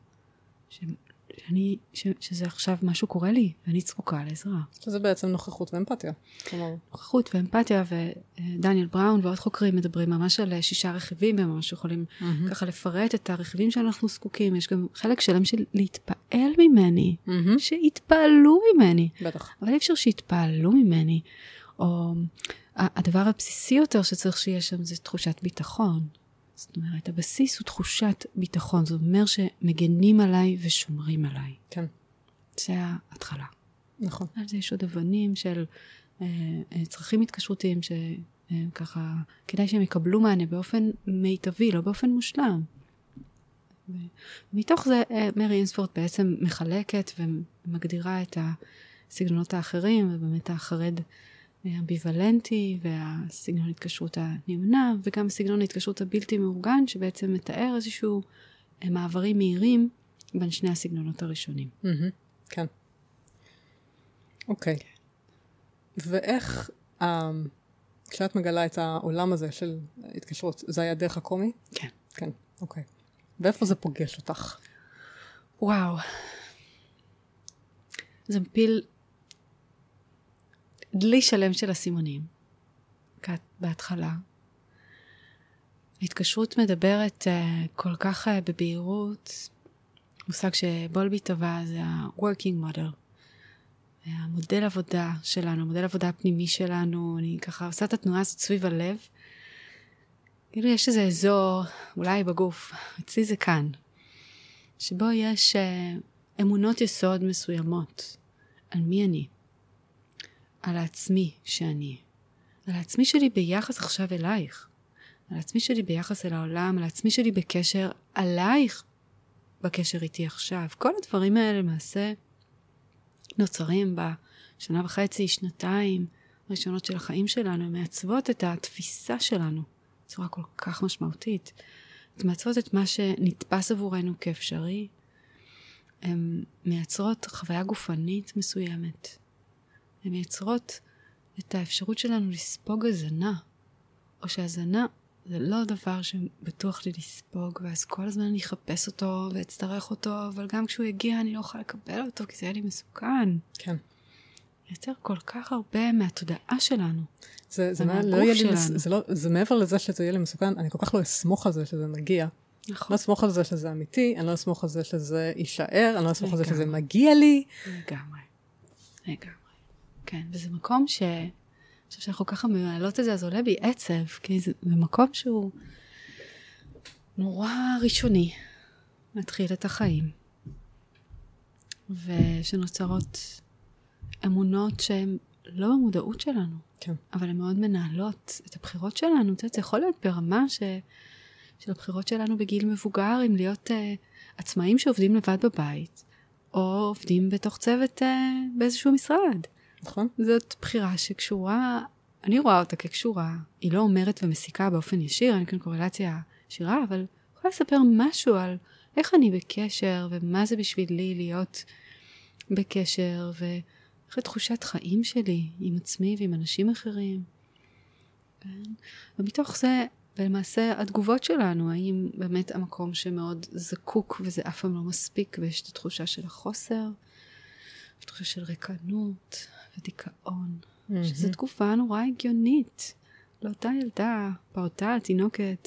שזה עכשיו משהו קורה לי, ואני זקוקה לעזרה. שזה בעצם נוכחות ואמפתיה. נוכחות ואמפתיה, ודניאל בראון ועוד חוקרים מדברים ממש על 6 רכיבים, והם ממש יכולים ככה לפרט את הרכיבים שאנחנו זקוקים. יש גם חלק שלם של להתפעל ממני, שיתפעלו ממני. בטח. אבל אי אפשר שיתפעלו ממני. או הדבר הבסיסי יותר שצריך שיהיה שם זה תחושת ביטחון. זאת אומרת, הבסיס הוא תחושת ביטחון. זאת אומרת שמגנים עליי ושומרים עליי. כן. זה ההתחלה. נכון. על זה יש עוד אבנים של צרכים התקשרותיים שככה, כדאי שהם יקבלו מענה באופן מיטבי, לא באופן מושלם. ומתוך זה מרי אינספורד בעצם מחלקת ומגדירה את הסגנונות האחרים, ובאמת החרד אמביוולנטי, והסגנון התקשרות הנמנע, וגם סגנון ההתקשרות הבלתי מאורגן, שבעצם מתאר איזשהו מעברים מהירים בין שני הסגנונות הראשונים. כן. אוקיי. ואיך, כשאת מגלה את העולם הזה של התקשרות, זה היה דרך הקומי? כן. כן, אוקיי. ואיפה זה פוגש אותך? וואו. זה מפיל דלי שלם של הסימונים. בהתחלה. ההתקשרות מדברת כל כך בבהירות. מושג שבולבי טבע זה ה-working model. המודל עבודה שלנו, המודל עבודה הפנימי שלנו. אני ככה עושה את התנועה הזאת סביב הלב. כאילו יש איזה אזור, אולי בגוף, אצלי זה כאן, שבו יש אמונות יסוד מסוימות. על מי אני? על העצמי שאני. על העצמי שלי ביחס עכשיו אלייך. על העצמי שלי ביחס אל העולם, על העצמי שלי בקשר עלייך בקשר איתי עכשיו. כל הדברים האלה למעשה נוצרים בשנה וחצי, שנתיים ראשונות של החיים שלנו. הם מעצבות את התפיסה שלנו בצורה כל כך משמעותית. הן מעצבות את מה שנתפס עבורנו כאפשרי. הן מייצרות חוויה גופנית מסוימת. הן מייצרות את האפשרות שלנו לספוג הזנה. או שהזנה זה לא דבר שבטוח לי לספוג, ואז כל הזמן אני אחפש אותו ואצטרך אותו, אבל גם כשהוא יגיע אני לא אוכל לקבל אותו, כי זה יהיה לי מסוכן. כן. יותר כל כך הרבה מהתודעה שלנו. זה מעבר לזה שזה יהיה לי מסוכן, אני כל כך לא אסמוך על זה שזה מגיע. נכון. לא אסמוך על זה שזה אמיתי, אני לא אסמוך על זה שזה יישאר, אני לא אסמוך על זה שזה מגיע לי. לגמרי. כן, וזה מקום שאנחנו ככה מעלות את זה, אז עולה בי עצב, כי זה מקום שהוא נורא ראשוני, להתחיל את החיים. ושנוצרות אמונות שהן לא במודעות שלנו, כן. אבל הן מאוד מנהלות את הבחירות שלנו. זה יכול להיות ברמה של הבחירות שלנו בגיל מבוגר, עם להיות עצמאים שעובדים לבד בבית, או עובדים בתוך צוות באיזשהו משרד. נכון. זאת בחירה שקשורה, אני רואה אותה כקשורה, היא לא אומרת ומסיקה באופן ישיר, אין כאן קורלציה ישירה, אבל יכולה לספר משהו על איך אני בקשר, ומה זה בשבילי להיות בקשר, ואיך תחושת חיים שלי עם עצמי ועם אנשים אחרים. כן? ומתוך זה, ולמעשה התגובות שלנו, האם באמת המקום שמאוד זקוק וזה אף פעם לא מספיק, ויש את התחושה של החוסר, תחושה של ריקנות ודיכאון, שזו תגובה נורא הגיונית לאותה ילדה, פעוטה, תינוקת,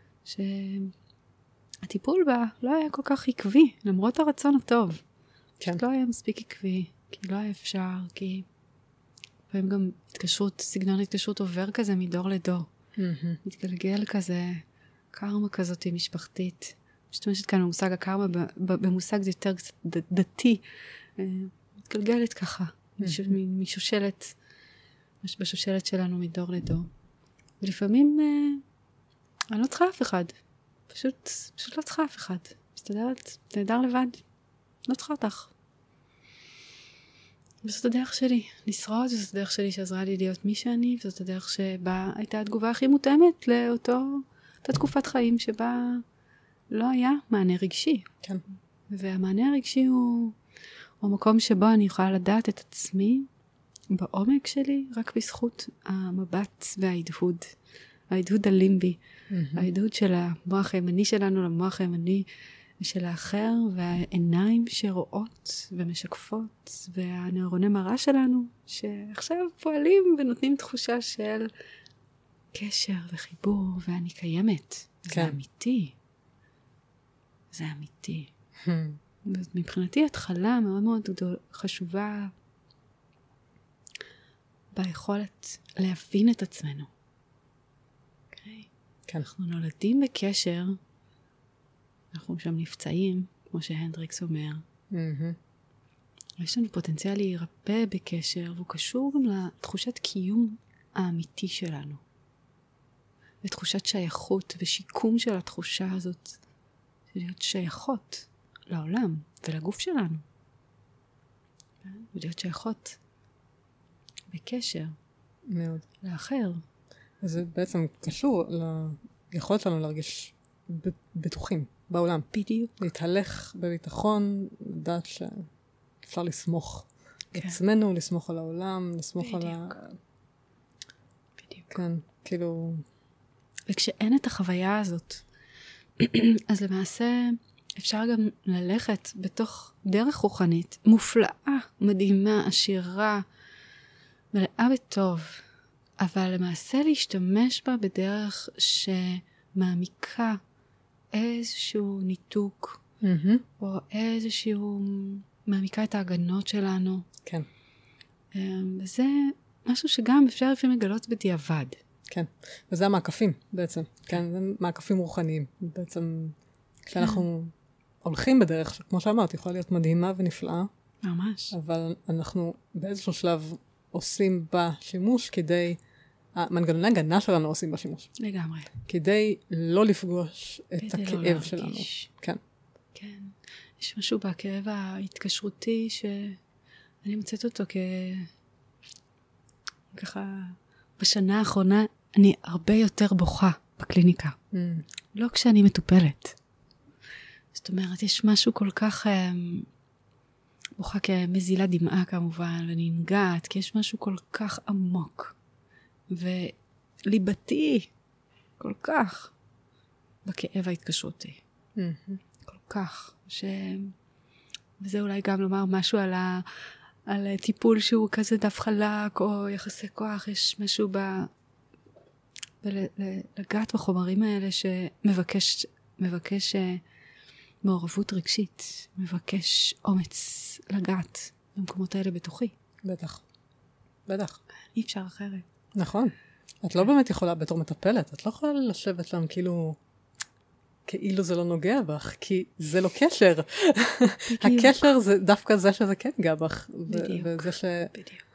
שהטיפול בה לא היה כל כך עקבי, למרות הרצון הטוב. כן. לא היה מספיק עקבי, כי לא היה אפשר, כי לפעמים גם סגנון התקשרות עובר כזה מדור לדור. מתגלגל כזה, קרמה כזאת משפחתית. משתמשת כאן במושג הקרמה, במושג זה יותר קצת דתי. מתגלגלת ככה, משושלת, בשושלת שלנו מדור לדור. ולפעמים אני לא צריכה אף אחד. פשוט לא צריכה אף אחד. מסתדרת, נהדר לבד. לא צריכה אותך. וזאת הדרך שלי לשרוד, וזאת הדרך שלי שעזרה לי להיות מי שאני, וזאת הדרך שבה הייתה התגובה הכי מותאמת לאותה תקופת חיים שבה לא היה מענה רגשי. כן. והמענה הרגשי הוא המקום שבו אני יכולה לדעת את עצמי בעומק שלי, רק בזכות המבט וההדהוד. ההדהוד הלימבי. ההדהוד של המוח הימני שלנו למוח הימני של האחר, והעיניים שרואות ומשקפות, והנוירוני מראה שלנו, שעכשיו פועלים ונותנים תחושה של קשר וחיבור, ואני קיימת. כן. זה אמיתי. זה אמיתי. מבחינתי התחלה מאוד מאוד חשובה ביכולת להבין את עצמנו. Okay. כן. אנחנו נולדים בקשר, אנחנו שם נפצעים, כמו שהנדריקס אומר. יש לנו פוטנציאל להירפא בקשר, והוא קשור גם לתחושת קיום האמיתי שלנו. ותחושת שייכות ושיקום של התחושה הזאת, של להיות שייכות לעולם ולגוף שלנו. ולהיות שייכות בקשר. מאוד. לאחר. זה בעצם קשור ליכולת לנו להרגיש בטוחים בעולם. בדיוק. להתהלך בביטחון, לדעת שאפשר לסמוך עצמנו, לסמוך על העולם, לסמוך על בדיוק. כן, כאילו... וכשאין את החוויה הזאת, אז למעשה אפשר גם ללכת בתוך דרך רוחנית מופלאה, מדהימה, עשירה, מלאה בטוב, אבל למעשה להשתמש בה בדרך שמעמיקה איזשהו ניתוק, או איזשהו מעמיקה את ההגנות שלנו. כן. וזה משהו שגם אפשר לפעמים לגלות בדיעבד. כן, וזה המעקפים בעצם. כן, זה מעקפים רוחניים. בעצם כשאנחנו הולכים בדרך, כמו שאמרת, יכולה להיות מדהימה ונפלאה. ממש. אבל אנחנו באיזשהו שלב עושים בה שימוש כדי... המנגנוני הגנה שלנו עושים בה שימוש. לגמרי. כדי לא לפגוש את הכאב לא שלנו. כן. כן. יש משהו בכאב ההתקשרותי שאני מוצאת אותו ככה בשנה האחרונה אני הרבה יותר בוכה בקליניקה. לא כשאני מטופלת. זאת אומרת, יש משהו כל כך בוכה כמזילה דמעה כמובן, וננגעת, כי יש משהו כל כך עמוק. וליבתי כל כך בכאב ההתקשרותי. כל כך. וזה אולי גם לומר משהו על טיפול שהוא כזה דף חלק, או יחסי כוח. יש משהו לגעת בחומרים האלה שמבקש מעורבות רגשית, מבקש אומץ לגעת במקומות האלה בתוכי. בטח. בטח. אי אפשר אחרת. נכון. את לא באמת יכולה, בתור מטפלת, את לא יכולה לשבת שם כאילו זה לא נוגע בך, כי זה לא קשר. הקשר זה דווקא זה שזה כן נגע בך. בדיוק. בדיוק.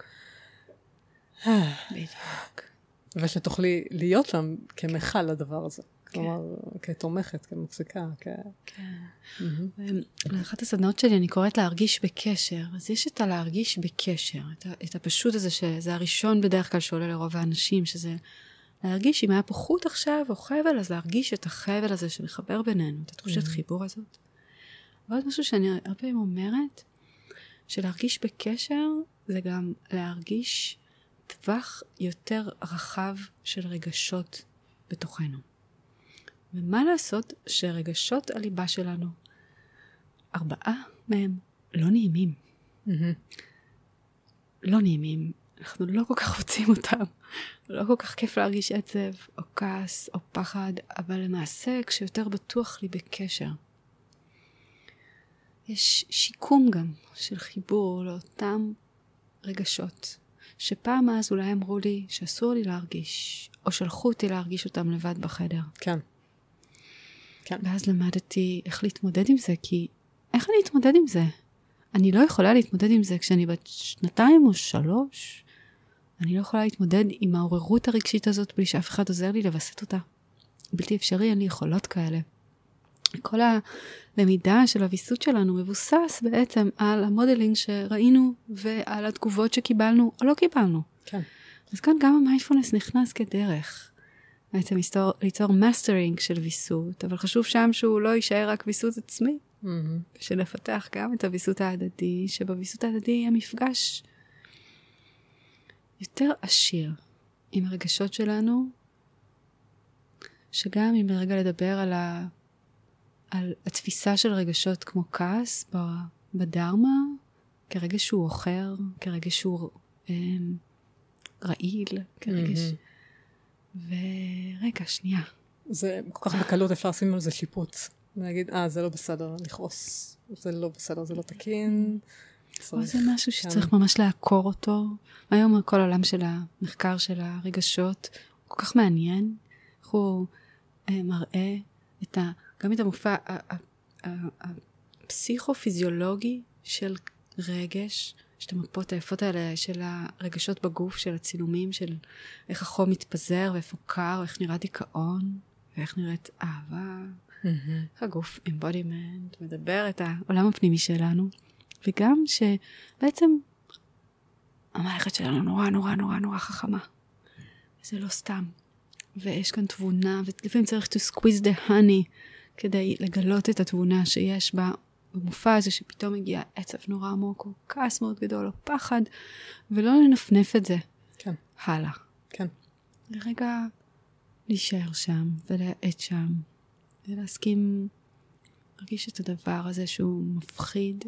בדיוק. ושתוכלי להיות שם כמחל לדבר הזה. כלומר, כתומכת, כמפסיקה. כן. לאחת הסדנאות שלי אני קוראת להרגיש בקשר. אז יש את הלהרגיש בקשר, את הפשוט הזה שזה הראשון בדרך כלל שעולה לרוב האנשים, שזה להרגיש אם היה פה חוט עכשיו או חבל, אז להרגיש את החבל הזה שמחבר בינינו, את התחושת חיבור הזאת. ועוד משהו שאני הרבה פעמים אומרת, שלהרגיש בקשר זה גם להרגיש טווח יותר רחב של רגשות בתוכנו. ומה לעשות שרגשות הליבה שלנו, 4 מהם לא נעימים. לא נעימים. אנחנו לא כל כך רוצים אותם. לא כל כך כיף להרגיש עצב, או כעס, או פחד, אבל למעשה כשיותר בטוח לי בקשר. יש שיקום גם של חיבור לאותם רגשות, שפעם אז אולי אמרו לי שאסור לי להרגיש, או שלחו אותי להרגיש אותם לבד בחדר. כן. כן. ואז למדתי איך להתמודד עם זה, כי איך אני אתמודד עם זה? אני לא יכולה להתמודד עם זה כשאני בת 2 או 3. אני לא יכולה להתמודד עם העוררות הרגשית הזאת בלי שאף אחד עוזר לי לבסט אותה. בלתי אפשרי, אין לי יכולות כאלה. כל הלמידה של הוויסות שלנו מבוסס בעצם על המודלינג שראינו ועל התגובות שקיבלנו או לא קיבלנו. כן. אז כאן גם המיינדפולנס נכנס כדרך. בעצם ליצור מאסטרינג של ויסות, אבל חשוב שם שהוא לא יישאר רק ויסות עצמי. שנפתח גם את הוויסות ההדדי, שבוויסות ההדדי המפגש יותר עשיר עם הרגשות שלנו, שגם אם ברגע לדבר על התפיסה של רגשות כמו כעס בדרמה, כרגע שהוא אוחר, כרגע שהוא רעיל, כרגע ורגע, שנייה. זה כל כך בקלות אפשר לשים על זה שיפוט. להגיד, זה לא בסדר, לכעוס. זה לא בסדר, זה לא תקין. או זה משהו שצריך ממש לעקור אותו. היום כל העולם של המחקר של הרגשות הוא כל כך מעניין. איך הוא מראה גם את המופע הפסיכופיזיולוגי של רגש, יש את המפות היפות האלה של הרגשות בגוף, של הצילומים, של איך החום מתפזר ואיפה קר, ואיך נראה דיכאון, ואיך נראית אהבה. הגוף, embodiment, מדבר את העולם הפנימי שלנו, וגם שבעצם המערכת שלנו נורא נורא נורא נורא חכמה. זה לא סתם. ויש כאן תבונה, ולפעמים צריך to squeeze the honey, כדי לגלות את התבונה שיש בה, במופע הזה שפתאום מגיע עצב נורא עמוק, או כעס מאוד גדול, או פחד, ולא לנפנף את זה. כן. הלאה. כן. לרגע להישאר שם, ולהעת שם, ולהסכים, להרגיש את הדבר הזה שהוא מפחיד,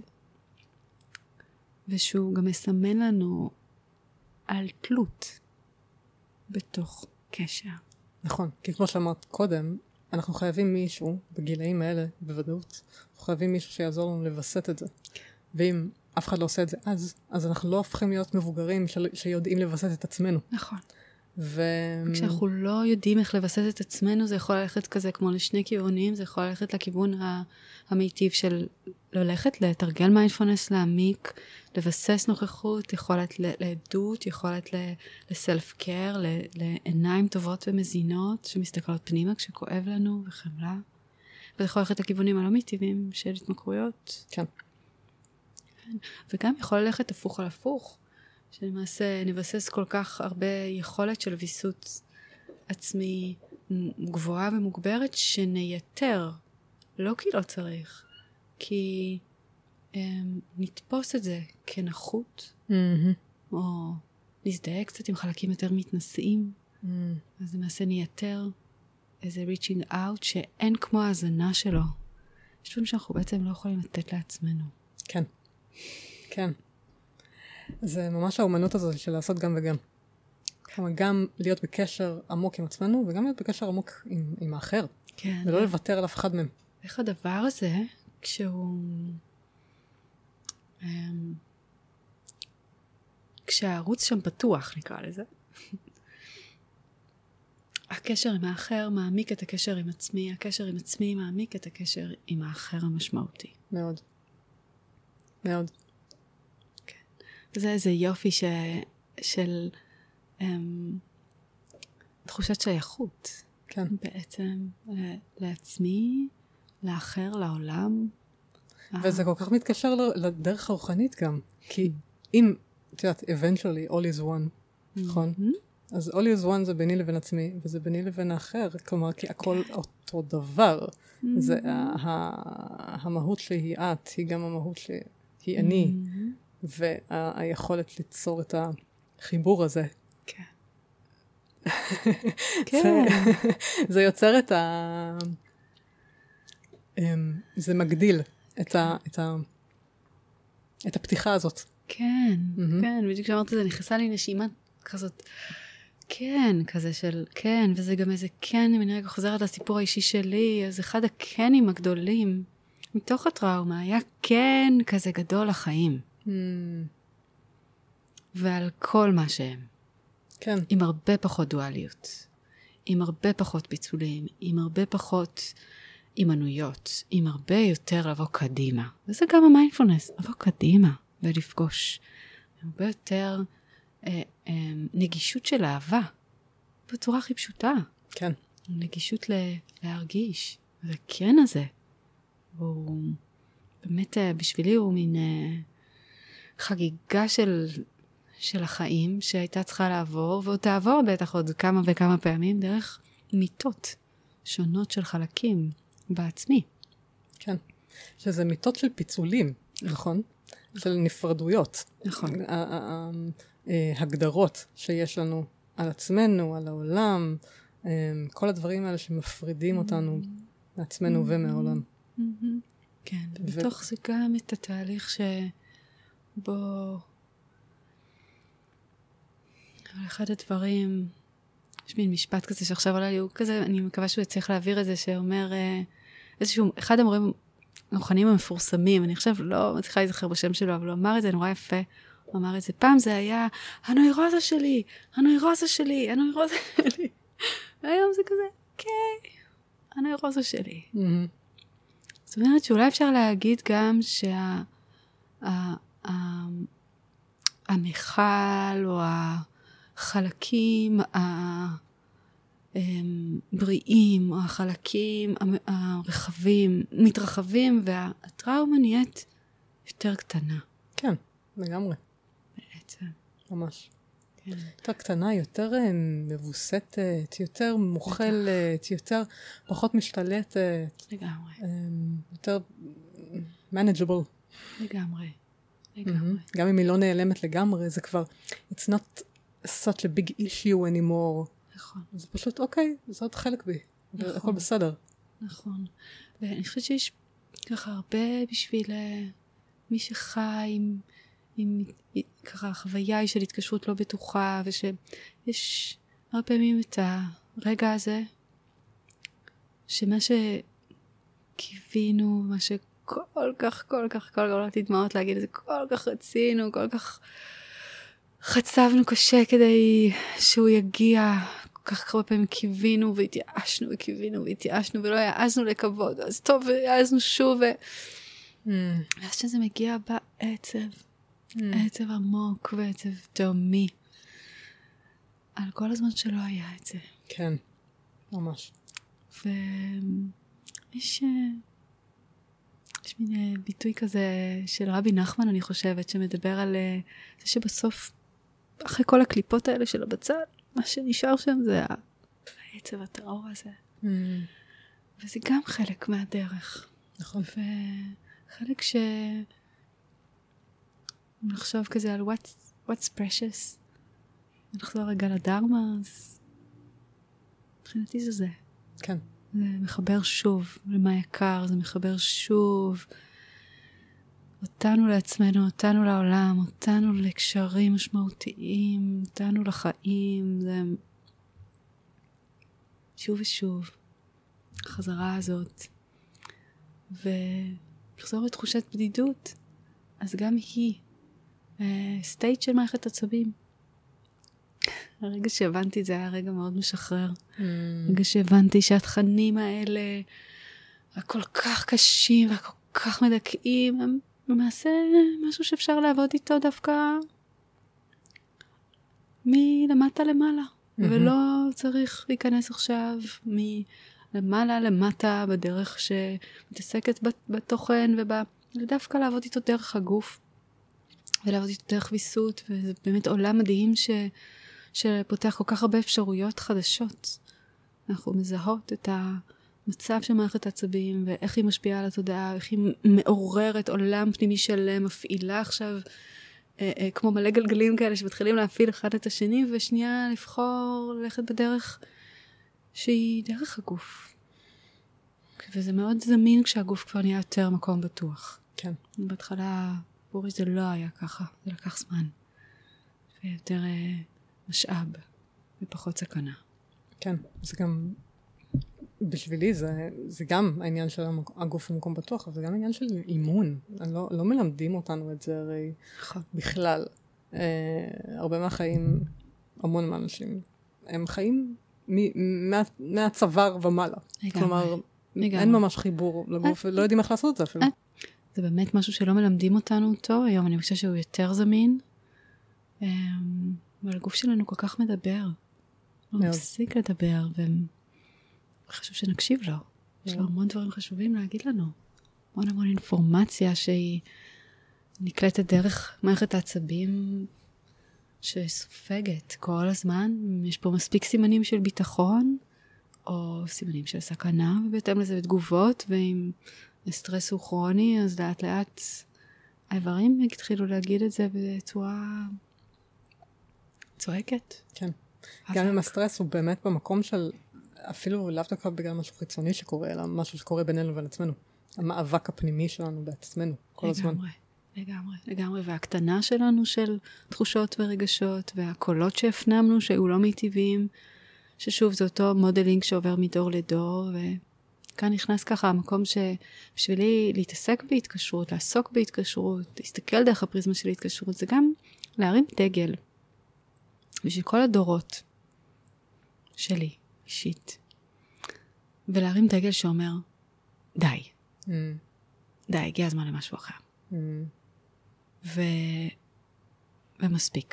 ושהוא גם מסמן לנו על תלות בתוך קשר. נכון, כי כמו שאמרת קודם, אנחנו חייבים מישהו, בגילאים האלה, בוודאות, אנחנו חייבים מישהו שיעזור לנו לבסט את זה. ואם אף אחד לא עושה את זה אז אנחנו לא הופכים להיות מבוגרים שיודעים לבסט את עצמנו. נכון. כשאנחנו לא יודעים איך לבסס את עצמנו, זה יכול ללכת כזה כמו לשני כיוונים, זה יכול ללכת לכיוון המיטיב של ללכת, לתרגל מיינדפולנס, להעמיק, לבסס נוכחות, יכולת לעדות, יכולת לסלף קר, לעיניים טובות ומזינות, שמסתכלות פנימה כשכואב לנו וחמלה. וזה יכול ללכת לכיוונים הלא מיטיבים של התמכרויות. כן. וגם יכול ללכת הפוך על הפוך. שלמעשה נבסס כל כך הרבה יכולת של ויסות עצמי גבוהה ומוגברת שנייתר, לא כי לא צריך, כי נתפוס את זה כנחות, או נזדהה קצת עם חלקים יותר מתנשאים, אז למעשה נייתר איזה reaching out שאין כמו ההזנה שלו. יש דברים שאנחנו בעצם לא יכולים לתת לעצמנו. כן, כן. זה ממש האומנות הזאת של לעשות גם וגם. גם להיות בקשר עמוק עם עצמנו, וגם להיות בקשר עמוק עם האחר. כן. ולא לוותר על אף אחד מהם. איך הדבר הזה, כשהערוץ שם פתוח, נקרא לזה, הקשר עם האחר מעמיק את הקשר עם עצמי, הקשר עם עצמי מעמיק את הקשר עם האחר המשמעותי. מאוד. מאוד. זה איזה יופי של תחושת שייכות. כן. בעצם לעצמי, לאחר, לעולם. וזה כל כך מתקשר לדרך הרוחנית גם. כי אם, את יודעת, eventually all is one, נכון? אז all is one זה ביני לבין עצמי, וזה ביני לבין האחר. כלומר, כי הכל אותו דבר. זה המהות שהיא את, היא גם המהות שהיא אני. והיכולת ליצור את החיבור הזה כן. זה יוצר זה מגדיל את הפתיחה הזאת. כן, כן, בדיוק כשאמרת זה, נכנסה לי נשימה כזאת, כן, כזה של, כן, וזה גם איזה כן, אם אני רגע חוזרת לסיפור האישי שלי, אז אחד הכנים הגדולים, מתוך הטראומה, היה כן כזה גדול לחיים. ועל כל מה שהם. כן. עם הרבה פחות דואליות, עם הרבה פחות פיצולים, עם הרבה פחות אימנויות, עם הרבה יותר לבוא קדימה. וזה גם המיינדפולנס, לבוא קדימה ולפגוש. הרבה יותר נגישות של אהבה, בצורה הכי פשוטה. כן. נגישות להרגיש. וכן הזה, הוא באמת בשבילי הוא מין חגיגה של החיים שהייתה צריכה לעבור, ועוד תעבור בטח עוד כמה וכמה פעמים דרך מיטות שונות של חלקים בעצמי. כן. שזה מיטות של פיצולים, נכון? של נפרדויות. נכון. הגדרות שיש לנו על עצמנו, על העולם, כל הדברים האלה שמפרידים אותנו מעצמנו ומהעולם. כן, ובתוך זה גם את התהליך שבו אחד הדברים, יש מין משפט כזה שעכשיו עולה לי, הוא כזה, אני מקווה שהוא יצליח להעביר את זה, שאומר איזשהו, אחד המורים רוחניים המפורסמים, אני חושב לא מצליחה להיזכר בשם שלו, אבל הוא אמר את זה נורא יפה, הוא אמר את זה, פעם זה היה, הנוירוזה שלי, הנוירוזה שלי, הנוירוזה שלי. והיום זה כזה, אוקיי, הנוירוזה שלי. זאת אומרת שאולי אפשר להגיד גם המכל או החלקים הבריאים או החלקים הרחבים מתרחבים והטראומה נהיית יותר קטנה. כן, לגמרי. בעצם. ממש. כן. יותר קטנה, יותר מבוסתת, יותר מוכלת, יותר פחות משתלטת. לגמרי. יותר manageable. לגמרי. לגמרי. גם אם היא לא נעלמת לגמרי, זה כבר, it's not such a big issue anymore. נכון. זה פשוט, אוקיי, זה עוד חלק בי. נכון. הכל בסדר. נכון. ואני חושבת שיש ככה הרבה בשביל מי שחי עם ככה חוויה של התקשרות לא בטוחה, ושיש הרבה פעמים את הרגע הזה, שמה שקיווינו, מה שכל כך, עולתי דמעות להגיד את זה, כל כך רצינו, כל כך חצבנו קשה כדי שהוא יגיע, כל כך הרבה פעמים קיווינו והתייאשנו וקיווינו והתייאשנו ולא העזנו לקוות, אז טוב והעזנו שוב ואז שזה מגיע בעצב, עצב עמוק ועצב תאומי, על כל הזמן שלא היה את זה. כן, ממש. ויש מין ביטוי כזה של רבי נחמן, אני חושבת, שמדבר על זה שבסוף, אחרי כל הקליפות האלה של הבצל, מה שנשאר שם זה העצב הטהור הזה. וזה גם חלק מהדרך. נכון. וחלק נחשוב כזה על what's precious. ונחזור רגע לדרמה, אז מבחינתי זה זה. כן. זה מחבר שוב למה יקר, זה מחבר שוב אותנו לעצמנו, אותנו לעולם, אותנו לקשרים משמעותיים, אותנו לחיים, זה שוב ושוב, החזרה הזאת, ולחזור לתחושת בדידות, אז גם היא, סטייט של מערכת עצבים. הרגע שהבנתי את זה היה רגע מאוד משחרר. הרגע שהבנתי שהתכנים האלה, הכל כך קשים והכל כך מדכאים, הם למעשה משהו שאפשר לעבוד איתו דווקא מלמטה למעלה. ולא צריך להיכנס עכשיו מלמעלה למטה בדרך שמתעסקת בתוכן ודווקא לעבוד איתו דרך הגוף ולעבוד איתו דרך ויסות, וזה באמת עולם מדהים שפותח כל כך הרבה אפשרויות חדשות. אנחנו מזהות את המצב של מערכת העצבים, ואיך היא משפיעה על התודעה, איך היא מעוררת עולם פנימי שלם, מפעילה עכשיו כמו מלא גלגלים כאלה שמתחילים להפעיל אחד את השני, ושנייה לבחור ללכת בדרך שהיא דרך הגוף. וזה מאוד זמין כשהגוף כבר נהיה יותר מקום בטוח. כן. בהתחלה, בורי זה לא היה ככה, זה לקח זמן. ויותר משאב, ופחות סכנה. כן, זה גם, בשבילי זה גם העניין של הגוף במקום בטוח, אבל זה גם העניין של אימון. לא מלמדים אותנו את זה הרי בכלל. הרבה מהחיים, המון מהאנשים, הם חיים מהצוואר ומעלה. כלומר, אין ממש חיבור לגוף, ולא יודעים איך לעשות את זה אפילו. זה באמת משהו שלא מלמדים אותנו אותו, היום אני חושבת שהוא יותר זמין, אבל הגוף שלנו כל כך מדבר. הוא מפסיק לדבר, וחשוב שנקשיב לו. יש לו המון דברים חשובים להגיד לנו. המון אינפורמציה שהיא נקלטת דרך מערכת העצבים שסופגת כל הזמן. יש פה מספיק סימנים של ביטחון, או סימנים של סכנה, ובהתאם לזה תגובות, ואם הסטרס הוא כרוני, אז לאט לאט האיברים התחילו להגיד את זה בצורה צועקת. כן. גם אם הסטרס הוא באמת במקום של, אפילו לאו דווקא בגלל משהו חיצוני שקורה, אלא משהו שקורה בינינו ובין עצמנו. המאבק הפנימי שלנו בעצמנו, כל הזמן. לגמרי. והקטנה שלנו של תחושות ורגשות, והקולות שהפנמנו שהיו לא מיטיביים, ששוב זה אותו מודלינג שעובר מדור לדור, וכאן נכנס ככה המקום שבשבילי להתעסק בהתקשרות, לעסוק בהתקשרות, להסתכל דרך הפריזמה של התקשרות, זה גם להרים דגל. בשביל כל הדורות שלי, אישית. ולהרים דגל שאומר, די. די, הגיע הזמן למשהו אחר. ומספיק.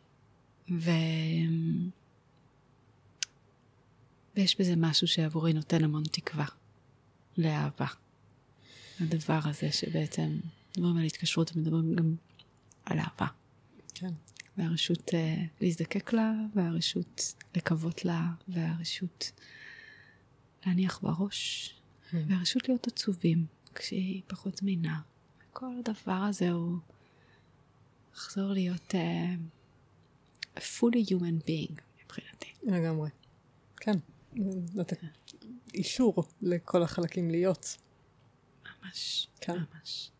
ויש בזה משהו שעבורי נותן המון תקווה. לאהבה. הדבר הזה שבעצם מדברים על התקשרות ומדברים גם על אהבה. כן. והרשות להזדקק לה, והרשות לקוות לה, והרשות להניח בראש, והרשות להיות עצובים כשהיא פחות זמינה. כל הדבר הזה הוא לחזור להיות a fully human being מבחינתי. לגמרי. כן. לתת אישור לכל החלקים להיות. ממש. כן. ממש.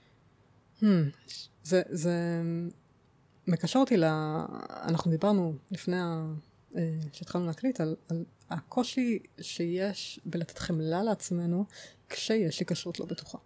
זה מקשר אותי אנחנו דיברנו לפני שהתחלנו להקליט על הקושי שיש בלתת חמלה לעצמנו כשיש לי קשרות לא בטוחה.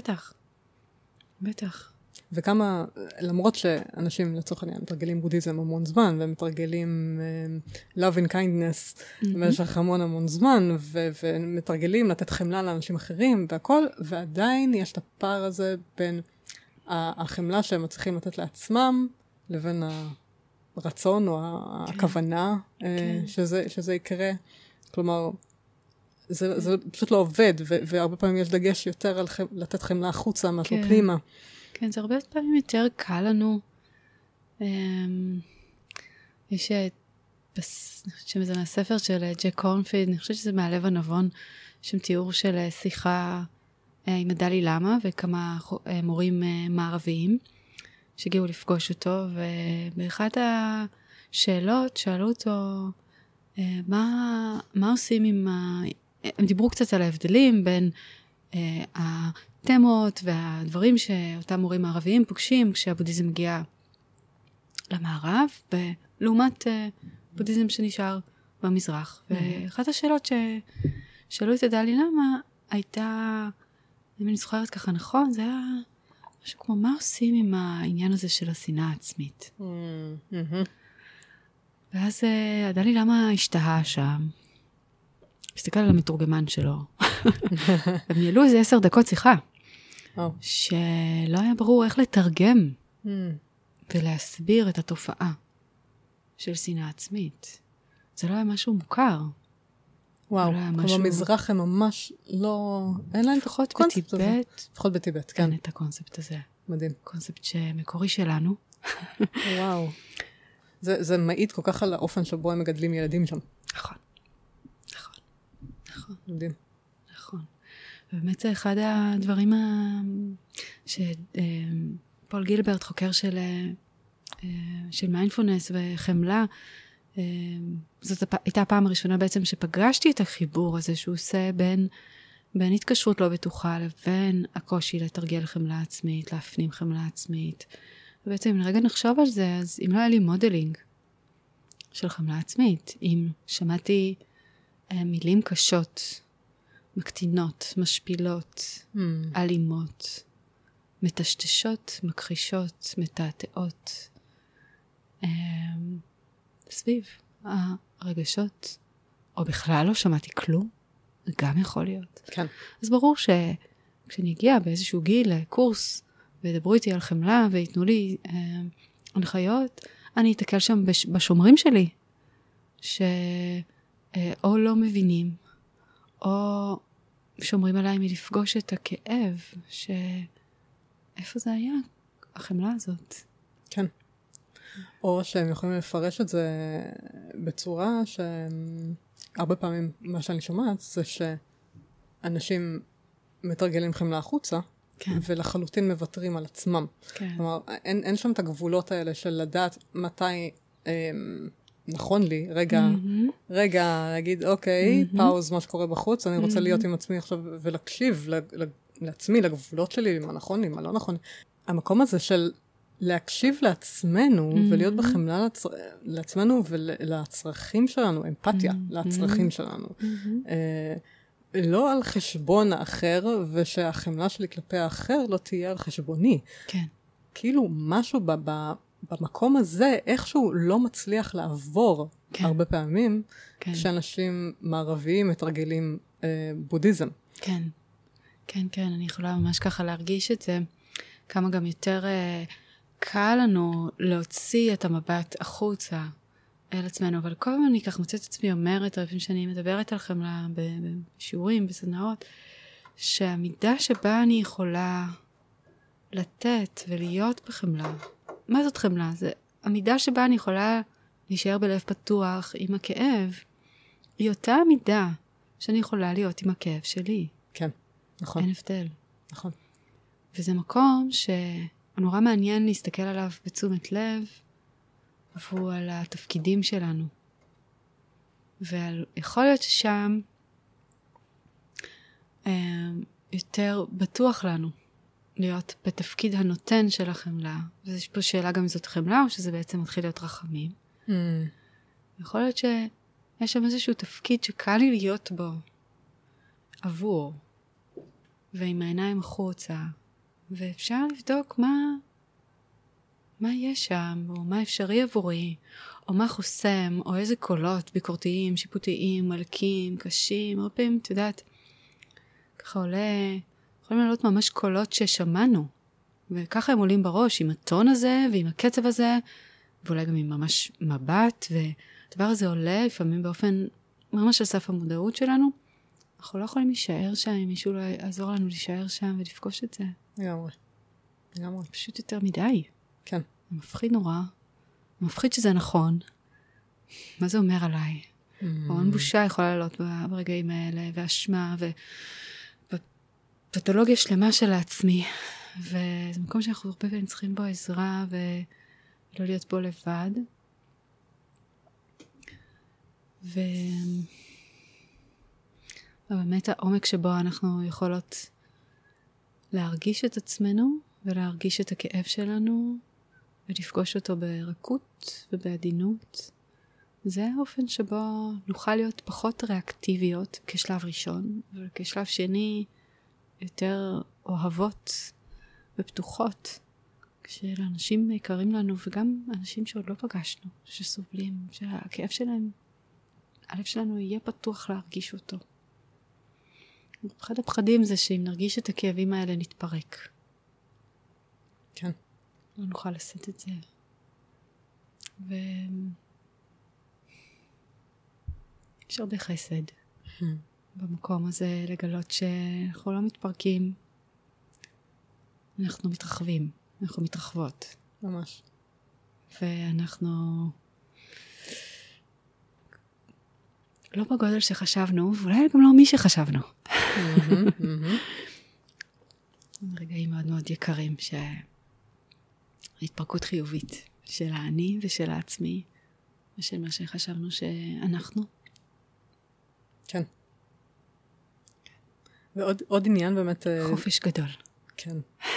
בטח. וכמה, למרות שאנשים לצורך העניין מתרגלים בודהיזם המון זמן, ומתרגלים love and kindness במשך המון זמן, ומתרגלים לתת חמלה לאנשים אחרים והכל, ועדיין יש את הפער הזה בין החמלה שהם מצליחים לתת לעצמם, לבין הרצון או הכוונה שזה יקרה. כלומר, זה פשוט לא עובד, והרבה פעמים יש דגש יותר על לתת חמלה החוצה מאשר פנימה. כן, זה הרבה פעמים יותר קל לנו. יש שזה מהספר של ג'ק קורנפילד, אני חושבת שזה מהלב הנבון, שם תיאור של שיחה עם הדלי למה, וכמה מורים מערביים שהגיעו לפגוש אותו, ובאחת השאלות שאלו אותו, מה עושים עם הם דיברו קצת על ההבדלים בין התמות והדברים שאותם מורים מערביים פוגשים כשהבודהיזם מגיע למערב, ולעומת בודהיזם שנשאר במזרח. ואחת השאלות ששאלו את הדלי למה הייתה, אם אני זוכרת ככה נכון, זה היה משהו כמו, מה עושים עם העניין הזה של השנאה העצמית? ואז הדלי למה השתהה שם, הסתכל על המתורגמן שלו, הם ניהלו איזה 10 דקות שיחה, שלא היה ברור איך לתרגם ולהסביר את התופעה של שנאה עצמית. זה לא היה משהו מוכר. וואו, כמו במזרח הם ממש לא, אין להם לפחות בטיבט. לפחות בטיבט, כן. אין את הקונספט הזה. מדהים. קונספט שמקורי שלנו. וואו. זה מעיד כל כך על האופן שבו הם מגדלים ילדים שם. נכון. מדהים. נכון. ובאמת זה אחד הדברים פול גילברט, חוקר של מיינדפולנס וחמלה, זאת הייתה הפעם הראשונה בעצם שפגשתי את החיבור הזה שהוא עושה בין התקשרות לא בטוחה לבין הקושי לתרגל חמלה עצמית, להפנים חמלה עצמית. ובעצם אם לרגע נחשוב על זה, אז אם לא היה לי מודלינג של חמלה עצמית, אם שמעתי מילים קשות, מקטינות, משפילות, אלימות, מטשטשות, מכחישות, מתעתעות, סביב הרגשות, או בכלל לא שמעתי כלום, זה גם יכול להיות. כן. אז ברור שכשאני אגיע באיזשהו גיל לקורס, וידברו איתי על חמלה, ויתנו לי הנחיות, אני אתקל שם בשומרים שלי, או לא מבינים, או שומרים עליי מלפגוש את הכאב, איפה זה היה, החמלה הזאת. כן. או שהם יכולים לפרש את זה בצורה שהרבה פעמים מה שאני שומעת זה שאנשים מתרגלים חמלה החוצה, כן. ולחלוטין מוותרים על עצמם. כן. כלומר, אין שם את הגבולות האלה של לדעת מתי נכון לי, רגע, להגיד, אוקיי, פאוז מה שקורה בחוץ, אני רוצה להיות עם עצמי עכשיו ולהקשיב לעצמי, לגבולות שלי, מה נכון לי, מה לא נכון. המקום הזה של להקשיב לעצמנו ולהיות בחמלה לעצמנו ולצרכים שלנו, אמפתיה לצרכים שלנו. לא על חשבון האחר, ושהחמלה שלי כלפי האחר לא תהיה על חשבוני. כן. כאילו משהו במקום הזה, איכשהו לא מצליח לעבור הרבה פעמים, כשאנשים מערביים מתרגלים בודהיזם. כן, כן, כן, אני יכולה ממש ככה להרגיש את זה, כמה גם יותר קל לנו להוציא את המבט החוצה אל עצמנו, אבל כל פעם אני כך מוצאת את עצמי אומרת, הרבה פעמים שאני מדברת על חמלה בשיעורים, בסדנאות, שהמידה שבה אני יכולה לתת ולהיות בחמלה, מה זאת חמלה? זה המידה שבה אני יכולה להישאר בלב פתוח עם הכאב, היא אותה המידה שאני יכולה להיות עם הכאב שלי. כן, נכון. אין הבדל. נכון. וזה מקום שנורא מעניין להסתכל עליו בתשומת לב, והוא על התפקידים שלנו. ויכול להיות ששם יותר בטוח לנו להיות בתפקיד הנותן של החמלה. ויש פה שאלה גם אם זאת חמלה, או שזה בעצם מתחיל להיות רחמים. יכול להיות שיש שם איזשהו תפקיד שקל לי להיות בו עבור, ועם העיניים החוצה, ואפשר לבדוק מה יש שם, או מה אפשרי עבורי, או מה חוסם, או איזה קולות ביקורתיים, שיפוטיים, מלכים, קשים, הרבה פעמים, את יודעת, ככה יכולים לעלות ממש קולות ששמענו, וככה הם עולים בראש, עם הטון הזה, ועם הקצב הזה, ואולי גם עם ממש מבט, והדבר הזה עולה לפעמים באופן ממש על סף המודעות שלנו, אנחנו לא יכולים להישאר שם, אם מישהו לא יעזור לנו להישאר שם ולפגוש את זה. לגמרי. פשוט יותר מדי. כן. זה מפחיד נורא. זה מפחיד שזה נכון. מה זה אומר עליי? המון בושה יכולה לעלות ברגעים האלה, והאשמה, ופתולוגיה שלמה של עצמי. וזה מקום שאנחנו הרבה פעמים צריכים בו עזרה, ולא להיות בו לבד. ובאמת העומק שבו אנחנו יכולות להרגיש את עצמנו, ולהרגיש את הכאב שלנו, ולפגוש אותו ברכות ובעדינות. זה האופן שבו נוכל להיות פחות ריאקטיביות כשלב ראשון, וכשלב שני יותר אוהבות ופתוחות, כשאנשים יקרים לנו, וגם אנשים שעוד לא פגשנו, שסובלים, שהכאב שלהם, הלב שלנו יהיה פתוח להרגיש אותו. אחד הפחדים זה שאם נרגיש את הכאבים האלה נתפרק. כן. לא נוכל לשאת את זה. יש הרבה חסד במקום הזה לגלות שאנחנו לא מתפרקים, אנחנו מתרחבים, אנחנו מתרחבות. ממש. ואנחנו לא בגודל שחשבנו, ואולי גם לא מי שחשבנו. רגעים מאוד מאוד יקרים התפרקות חיובית של האני ושל העצמי, ושל מה שחשבנו שאנחנו. כן. ועוד עניין באמת... חופש גדול. כן.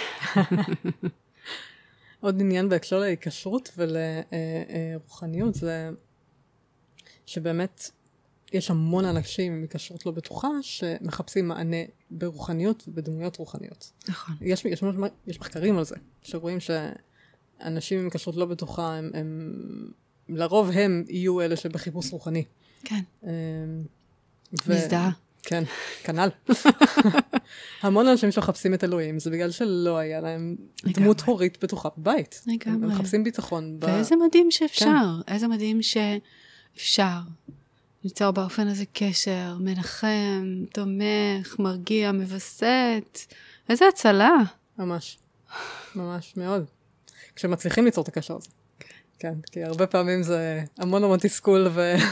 עוד עניין בהקשר להיקשרות ולרוחניות, זה שבאמת יש המון אנשים עם היקשרות לא בטוחה, שמחפשים מענה ברוחניות ובדמויות רוחניות. נכון. יש מחקרים על זה, שרואים שאנשים עם היקשרות לא בטוחה, לרוב הם יהיו אלה שבחיפוש רוחני. כן. מזדהה. כן, כנ"ל. המון אנשים שמחפשים את אלוהים, זה בגלל שלא היה להם דמות הורית בטוחה בבית. לגמרי. הם מחפשים ביטחון. ואיזה מדהים שאפשר, איזה מדהים שאפשר ליצור באופן הזה קשר, מנחם, תומך, מרגיע, מבסט. איזה הצלה. ממש, ממש מאוד. כשמצליחים ליצור את הקשר הזה. כן, כי הרבה פעמים זה המון תסכול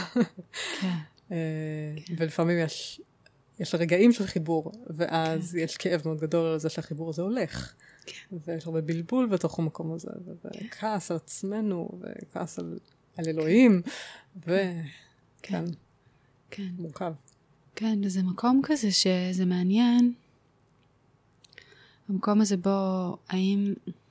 ולפעמים יש רגעים של חיבור, ואז יש כאב מאוד גדול על זה שהחיבור הזה הולך. ויש הרבה בלבול בתוך המקום הזה, וכעס על עצמנו, וכעס על אלוהים, וכן, מורכב. כן, זה מקום כזה שזה מעניין. המקום הזה בו, האם...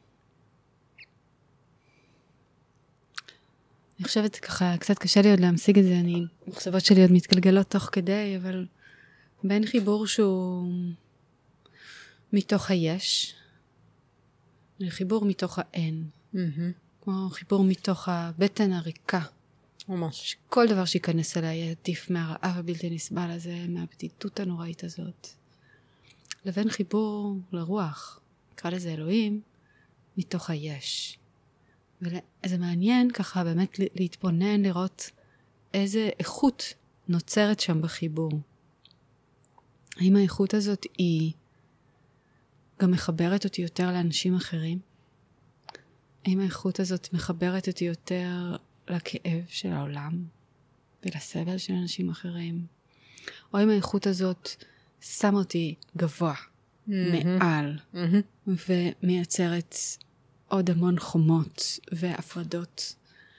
אני חושבת ככה, קצת קשה לי עוד להמשיג את זה, המחשבות שלי עוד מתגלגלות תוך כדי, אבל בין חיבור שהוא מתוך היש, לחיבור מתוך האין, כמו חיבור מתוך הבטן הריקה. ממש. שכל דבר שיכנס אליי יהיה עדיף מהרעב הבלתי נסבל הזה, מהבדידות הנוראית הזאת. לבין חיבור לרוח, נקרא לזה אלוהים, מתוך היש. וזה מעניין ככה באמת להתבונן, לראות איזה איכות נוצרת שם בחיבור. האם האיכות הזאת היא גם מחברת אותי יותר לאנשים אחרים? האם האיכות הזאת מחברת אותי יותר לכאב של העולם ולסבל של אנשים אחרים? או האם האיכות הזאת שם אותי גבוה, מעל, ומייצרת עוד המון חומות והפרדות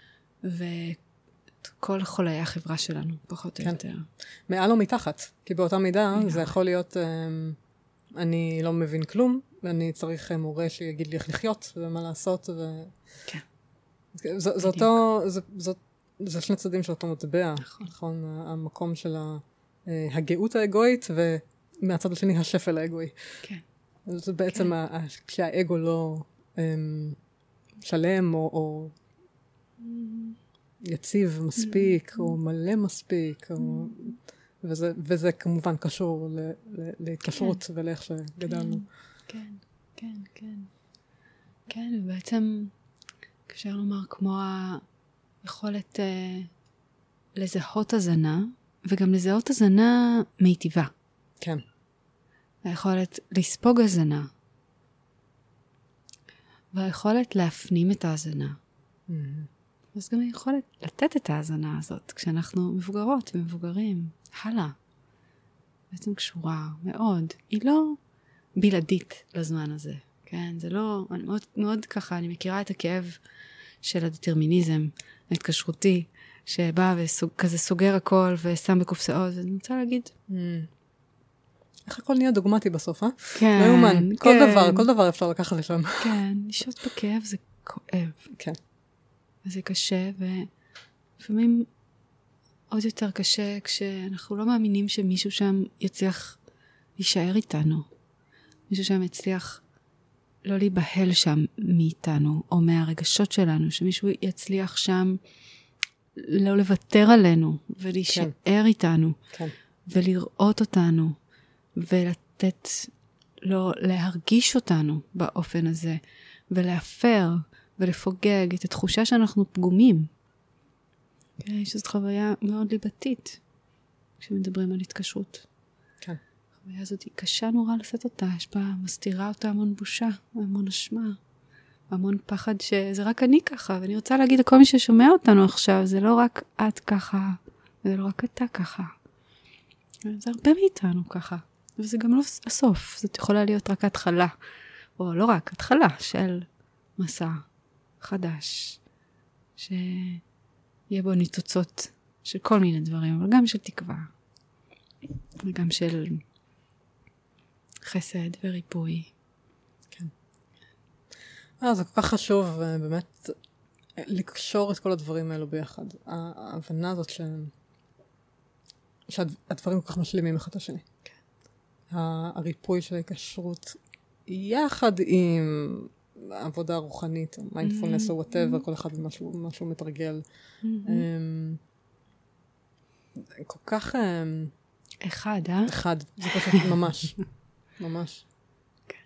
וכל חולי החברה שלנו, פחות או יותר. מעל או מתחת, כי באותה מידה זה יכול להיות, אני לא מבין כלום, ואני צריך מורה שיגיד לי איך לחיות ומה לעשות. כן. זה שני צדדים של אותו מטבע, נכון? המקום של הגאות האגואית, ומהצד השני השפל האגואי. כן. זה בעצם כשהאגו לא שלם או יציב מספיק, או מלא מספיק, וזה כמובן קשור להתקשרות ולאיך שגדלנו. כן, כן, כן. כן, ובעצם אפשר לומר כמו היכולת לזהות הזנה, וגם לזהות הזנה מיטיבה. כן. היכולת לספוג הזנה. והיכולת להפנים את ההזנה. אז גם היכולת לתת את ההזנה הזאת, כשאנחנו מבוגרות ומבוגרים. הלאה. בעצם קשורה מאוד. היא לא בלעדית לזמן הזה. כן? זה לא... אני מאוד ככה, אני מכירה את הכאב של הדטרמיניזם ההתקשרותי, שבא וכזה סוגר הכל ושם בקופסאות, ואני רוצה להגיד... איך הכל נהיה דוגמטי בסוף, אה? כן. לא יומן. כל דבר אפשר לקחת לשם. כן, לשהות בכאב זה כואב. כן. וזה קשה, ולפעמים עוד יותר קשה כשאנחנו לא מאמינים שמישהו שם יצליח להישאר איתנו. מישהו שם יצליח לא להיבהל שם מאיתנו, או מהרגשות שלנו, שמישהו יצליח שם לא לוותר עלינו, ולהישאר איתנו, ולראות אותנו, ולתת לו להרגיש אותנו באופן הזה, ולהפר ולפוגג את התחושה שאנחנו פגומים. שזאת חוויה מאוד ליבתית, כשמדברים על התקשרות. כן. החוויה הזאת היא קשה נורא לשאת אותה, יש בה, מסתירה אותה המון בושה, המון אשמה, המון פחד שזה רק אני ככה, ואני רוצה להגיד לכל מי ששומע אותנו עכשיו, זה לא רק את ככה, וזה לא רק אתה ככה. זה הרבה מאיתנו ככה, וזה גם לא הסוף, זאת יכולה להיות רק התחלה, או לא רק, התחלה של מסע חדש, שיהיה בו ניצוצות של כל מיני דברים, אבל גם של תקווה, וגם של חסד וריפוי. כן. זה כל כך חשוב, באמת, לקשור את כל הדברים האלו ביחד. ההבנה הזאת שהדברים כל כך משלימים אחד את השני. כן. הריפוי של ההיקשרות, יחד עם העבודה הרוחנית, מיינדפולנס או whatever, כל אחד משהו מתרגל. כל כך... אחד, אחד, זה פשוט ממש. ממש. כן.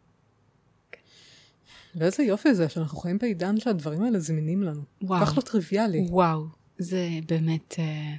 ואיזה יופי זה, שאנחנו חיים בעידן שהדברים האלה זמינים לנו. וואו. כך לא טריוויאלי. וואו, זה באמת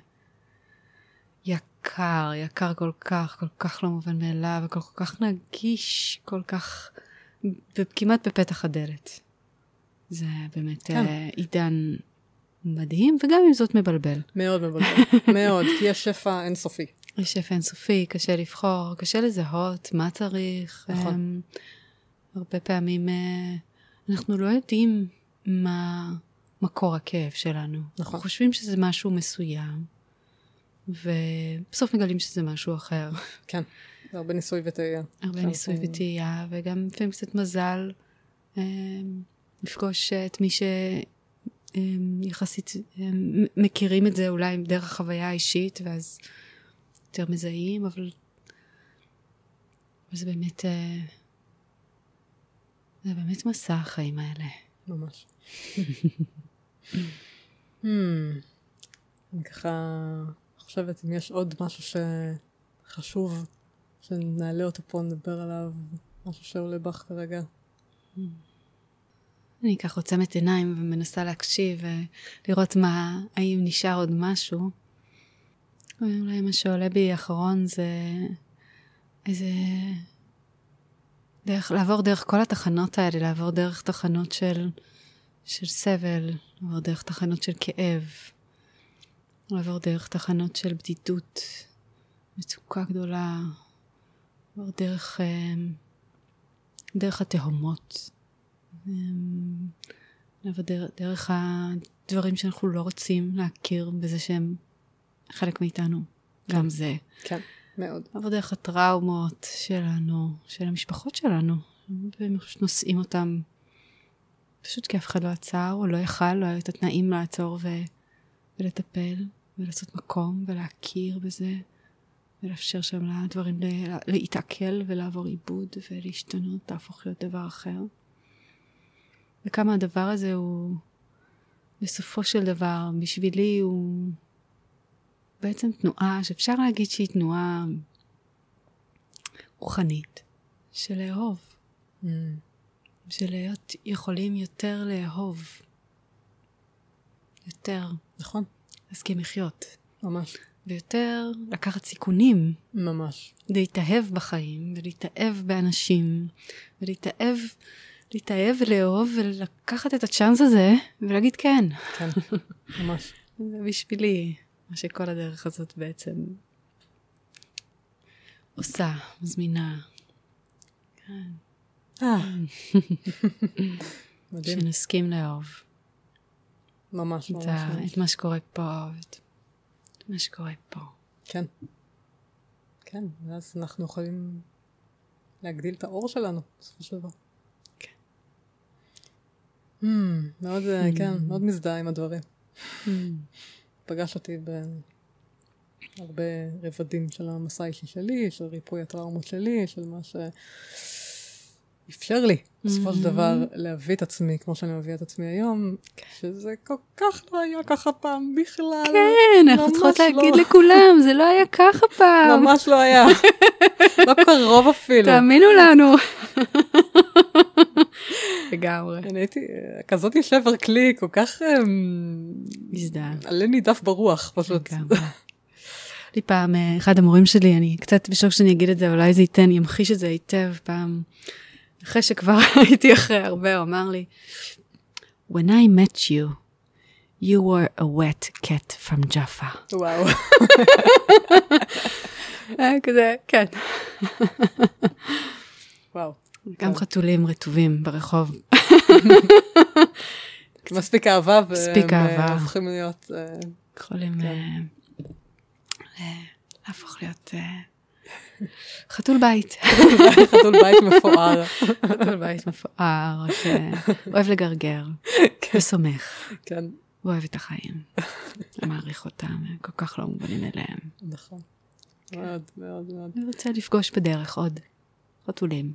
יקר כל כך לא מובן מאליו, וכל כך נגיש, כל כך, וכמעט בפתח הדלת. זה באמת עידן מדהים, וגם עם זאת מבלבל. מאוד מבלבל, מאוד, כי יש שפע אינסופי. יש שפע אינסופי, קשה לבחור, קשה לזהות, מה צריך. נכון. הרבה פעמים אנחנו לא יודעים מה מקור הכאב שלנו. נכון. אנחנו חושבים שזה משהו מסוים, ובסוף מגלים שזה משהו אחר. כן, זה הרבה ניסוי וטעייה. הרבה ניסוי וטעייה, וגם לפעמים קצת מזל לפגוש את מי שיחסית מכירים את זה אולי דרך החוויה האישית, ואז יותר מזהים, אבל זה באמת זה באמת מסע החיים האלה. ממש. אני ככה חושבת אם יש עוד משהו שחשוב שנעלה אותו פה, נדבר עליו, משהו שעולה בך כרגע. אני ככה עוצמת עיניים ומנסה להקשיב ולראות האם נשאר עוד משהו. אולי מה שעולה בי האחרון זה איזה לעבור דרך כל התחנות האלה, לעבור דרך תחנות של סבל, לעבור דרך תחנות של כאב, לעבור דרך תחנות של בדידות, מצוקה גדולה, לעבור דרך התהומות, לעבור דרך הדברים שאנחנו לא רוצים להכיר בזה שהם חלק מאיתנו, גם זה. כן, מאוד. לעבור דרך הטראומות שלנו, של המשפחות שלנו, ונושאים אותם פשוט כי אף אחד לא עצר, או לא יכל, לא היה את התנאים לעצור ולטפל, ולעשות מקום, ולהכיר בזה, ולאפשר שם לדברים להתעכל, ולעבור עיבוד, ולהשתנות, להפוך להיות דבר אחר. וכמה הדבר הזה הוא, בסופו של דבר, בשבילי הוא בעצם תנועה, שאפשר להגיד שהיא תנועה רוחנית, של לאהוב. של להיות יכולים יותר לאהוב. יותר. נכון. להסכים לחיות. ממש. ויותר לקחת סיכונים. ממש. להתאהב בחיים, ולהתאהב באנשים, להתאהב ולאהוב, ולקחת את הצ'אנס הזה, ולהגיד כן. כן, ממש. זה בשבילי, מה שכל הדרך הזאת בעצם עושה, מזמינה. כן. מדהים. שנסכים לאהוב. ממש, ממש. את מה שקורה פה, את מה שקורה פה. כן. כן, ואז אנחנו יכולים להגדיל את האור שלנו, בסופו של דבר. כן. מאוד, כן, מאוד מזדהה עם הדברים. פגש אותי בהרבה רבדים של המסע האישי שלי, של ריפוי הטראומות שלי, של מה שאפשר לי, בסופו של דבר, להביא את עצמי, כמו שאני מביא את עצמי היום, שזה כל כך לא היה ככה פעם בכלל. כן, אנחנו צריכות להגיד לכולם, זה לא היה ככה פעם. ממש לא היה. לא קרוב אפילו. תאמינו לנו. לגמרי. אני הייתי כזאת שבר כלי, כל כך מזדהה. עלה נידף ברוח, פשוט. לגמרי. לי פעם, אחד המורים שלי, אני קצת בשוק שאני אגיד את זה, אולי זה ייתן, ימחיש את זה היטב פעם, אחרי שכבר הייתי אחרי הרבה, הוא אמר לי, When I met you, you were a wet cat from Jaffa. וואו. כזה, כן. וואו. גם חתולים רטובים ברחוב. מספיק אהבה, מספיק אהבה. והם הופכים להיות... יכולים להפוך להיות חתול בית. חתול בית מפואר. חתול בית מפואר, שאוהב לגרגר, וסומך. כן. ואוהב את החיים. מעריך אותם, כל כך לא מובנים אליהם. נכון. מאוד, מאוד, מאוד. אני רוצה לפגוש בדרך עוד חתולים.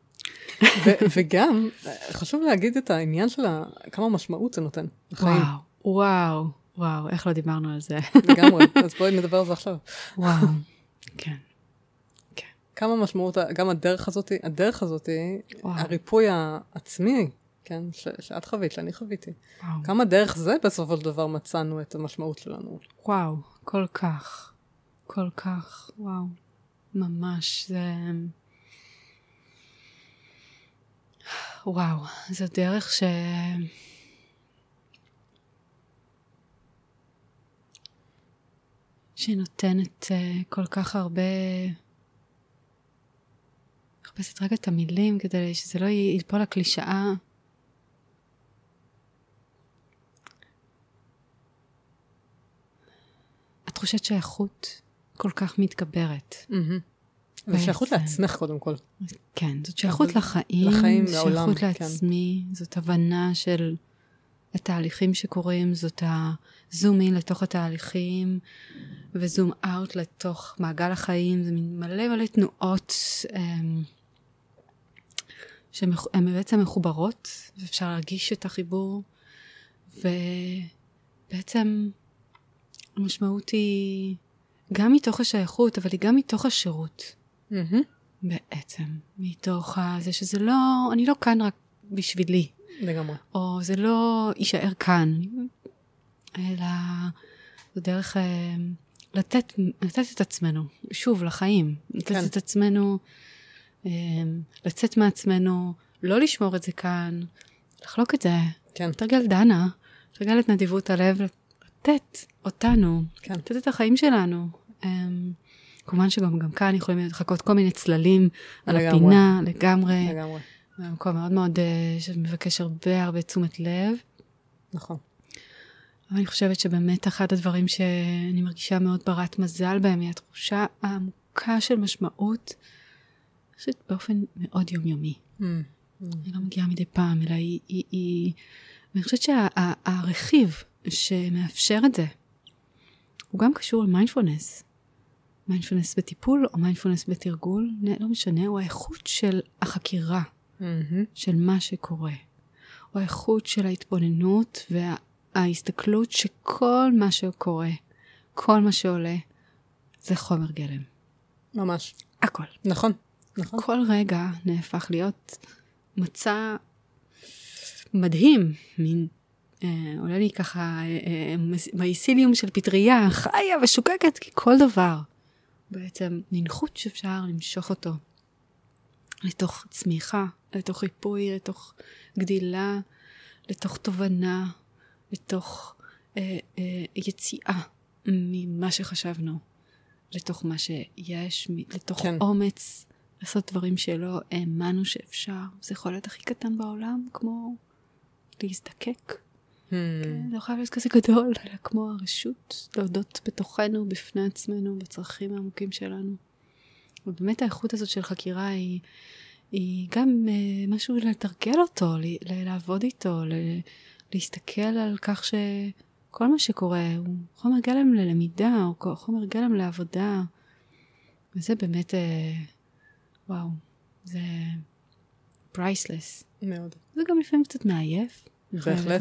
וגם, חשוב להגיד את העניין של כמה משמעות זה נותן לחיים. וואו, איך לא דיברנו על זה. לגמרי, אז בואי נדבר על זה עכשיו. וואו, כן. כמה משמעות, גם הדרך הזאת, הריפוי העצמי, כן, שאת חווית, שאני חוויתי. כמה דרך זה בסופו של דבר מצאנו את המשמעות שלנו. וואו, כל כך, וואו. ממש, זה... וואו, זו דרך שנותנת כל כך הרבה... מחפשת רגע את המילים כדי שזה לא ייפול לקלישאה. התחושת שייכות כל כך מתגברת. ושייכות לעצמך קודם כל. כן, זאת שייכות לחיים, שייכות לעצמי, זאת הבנה של התהליכים שקורים, זאת הזום אין לתוך התהליכים, וזום אאוט לתוך מעגל החיים, זה מלא תנועות שהן בעצם מחוברות, ואפשר להרגיש את החיבור, ובעצם המשמעות היא גם מתוך השייכות, אבל היא גם מתוך השירות. בעצם, מתוך זה שזה לא, אני לא כאן רק בשבילי. לגמרי. או זה לא יישאר כאן, אלא זו דרך לתת את עצמנו, שוב, לחיים. לתת את עצמנו, לצאת מעצמנו, לא לשמור את זה כאן, לחלוק את זה. כן. תרגל דנה, תרגל את נדיבות הלב, לתת אותנו, לתת את החיים שלנו. כמובן שגם כאן יכולים לחכות כל מיני צללים על הפינה, לגמרי. במקום מאוד מאוד שמבקש הרבה תשומת לב. נכון. אבל אני חושבת שבאמת אחד הדברים שאני מרגישה מאוד ברת מזל בהם, היא התחושה העמוקה של משמעות, אני חושבת באופן מאוד יומיומי. היא לא מגיעה מדי פעם, אלא ואני חושבת שהרכיב שמאפשר את זה, הוא גם קשור למיינדפולנס. מיינדפולנס בטיפול או מיינדפולנס בתרגול, לא משנה, הוא האיכות של החקירה. של מה שקורה, או האיכות של ההתבוננות וההסתכלות שכל מה שקורה, כל מה שעולה, זה חומר גלם. ממש. הכל. נכון. כל רגע נהפך להיות מצע מדהים, מין, עולה לי ככה, מייסיליום של פטריה, חיה ושוקקת, כי כל דבר, בעצם נינחות שאפשר למשוך אותו. לתוך צמיחה, לתוך ריפוי, לתוך גדילה, לתוך תובנה, לתוך יציאה ממה שחשבנו, לתוך מה שיש, לתוך אומץ, לעשות דברים שלא האמנו שאפשר. זה יכול להיות הכי קטן בעולם, כמו להזדקק. לא חייב להיות כזה גדול, אלא כמו הרשות, להודות בתוכנו, בפני עצמנו, בצרכים העמוקים שלנו. ובאמת האיכות הזאת של חקירה היא גם משהו לתרגל אותו, לעבוד איתו, להסתכל על כך שכל מה שקורה הוא חומר גלם ללמידה, או חומר גלם לעבודה. וזה באמת, וואו, זה פרייסלס. מאוד. זה גם לפעמים קצת מעייף. בהחלט.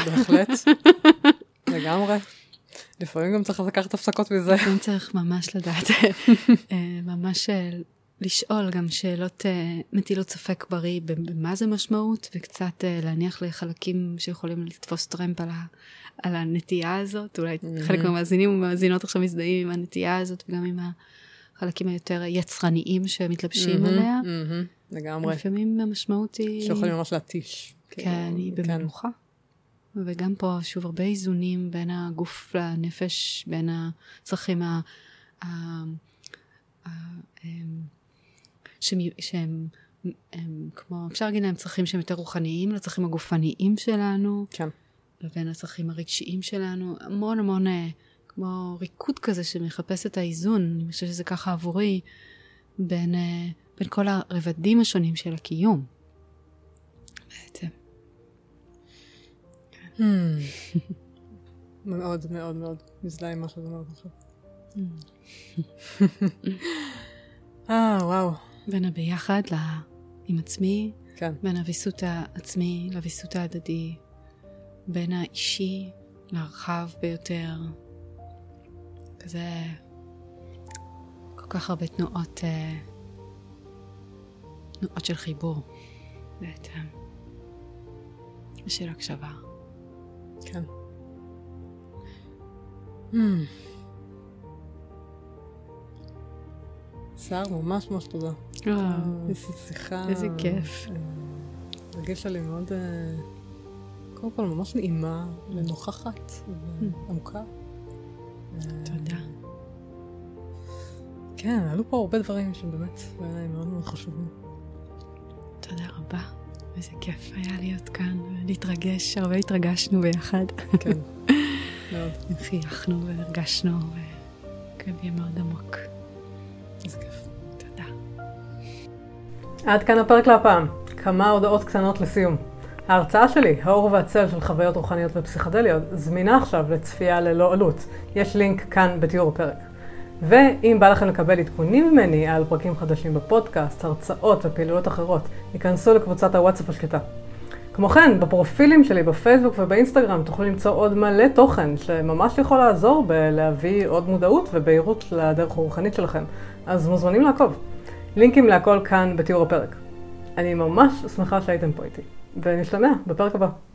לגמרי. לפעמים גם צריך לקחת הפסקות מזה. לפעמים צריך ממש לדעת, ממש לשאול גם שאלות מטילות ספק בריא במה זה משמעות, וקצת להניח לחלקים שיכולים לתפוס טרמפ על הנטייה הזאת. אולי חלק מהמאזינים ומאזינות עכשיו מזדהים עם הנטייה הזאת, וגם עם החלקים היותר יצרניים שמתלבשים עליה. לגמרי. לפעמים המשמעות היא... שיכולים ממש להתיש. כן, היא במנוחה. וגם פה שוב הרבה איזונים בין הגוף לנפש, בין הצרכים שהם כמו, אפשר להגיד להם צרכים שהם יותר רוחניים, לצרכים הגופניים שלנו. כן. לבין הצרכים הרגשיים שלנו, המון המון כמו ריקוד כזה שמחפש את האיזון. אני חושבת שזה ככה עבורי בין כל הרבדים השונים של הקיום. בעצם. מאוד מאוד מאוד מזדהה עם משהו מאוד חשוב. וואו. בין הביחד עם עצמי, כן. בין הוויסות העצמי לוויסות ההדדי, בין האישי לרחב ביותר. כזה כל כך הרבה תנועות של חיבור בעצם. ושל הקשבה. כן. שר, ממש ממש תודה. איזו שיחה. איזה כיף. הרגישה לי מאוד, קודם כל ממש נעימה ונוכחת ועמוקה. תודה. כן, עלו פה הרבה דברים שבאמת בעיניי מאוד מאוד חשובים. תודה רבה. איזה כיף היה להיות כאן ולהתרגש. הרבה התרגשנו ביחד. כן, מאוד. חייכנו והרגשנו וכן, יהיה מאוד עמוק. איזה כיף. תודה. עד כאן הפרק להפעם. כמה הודעות קטנות לסיום. ההרצאה שלי, האור והצל של חוויות רוחניות ופסיכדליות, זמינה עכשיו לצפייה ללא עלות. יש לינק כאן בתיאור הפרק. ואם בא לכם לקבל עדכונים ממני על פרקים חדשים בפודקאסט, הרצאות ופעילויות אחרות, ייכנסו לקבוצת הוואטסאפ השקטה. כמו כן, בפרופילים שלי בפייסבוק ובאינסטגרם תוכלו למצוא עוד מלא תוכן שממש יכול לעזור בלהביא עוד מודעות ובהירות לדרך הרוחנית שלכם. אז מוזמנים לעקוב. לינקים להכל כאן בתיאור הפרק. אני ממש שמחה שהייתם פה איתי, ונשתמע בפרק הבא.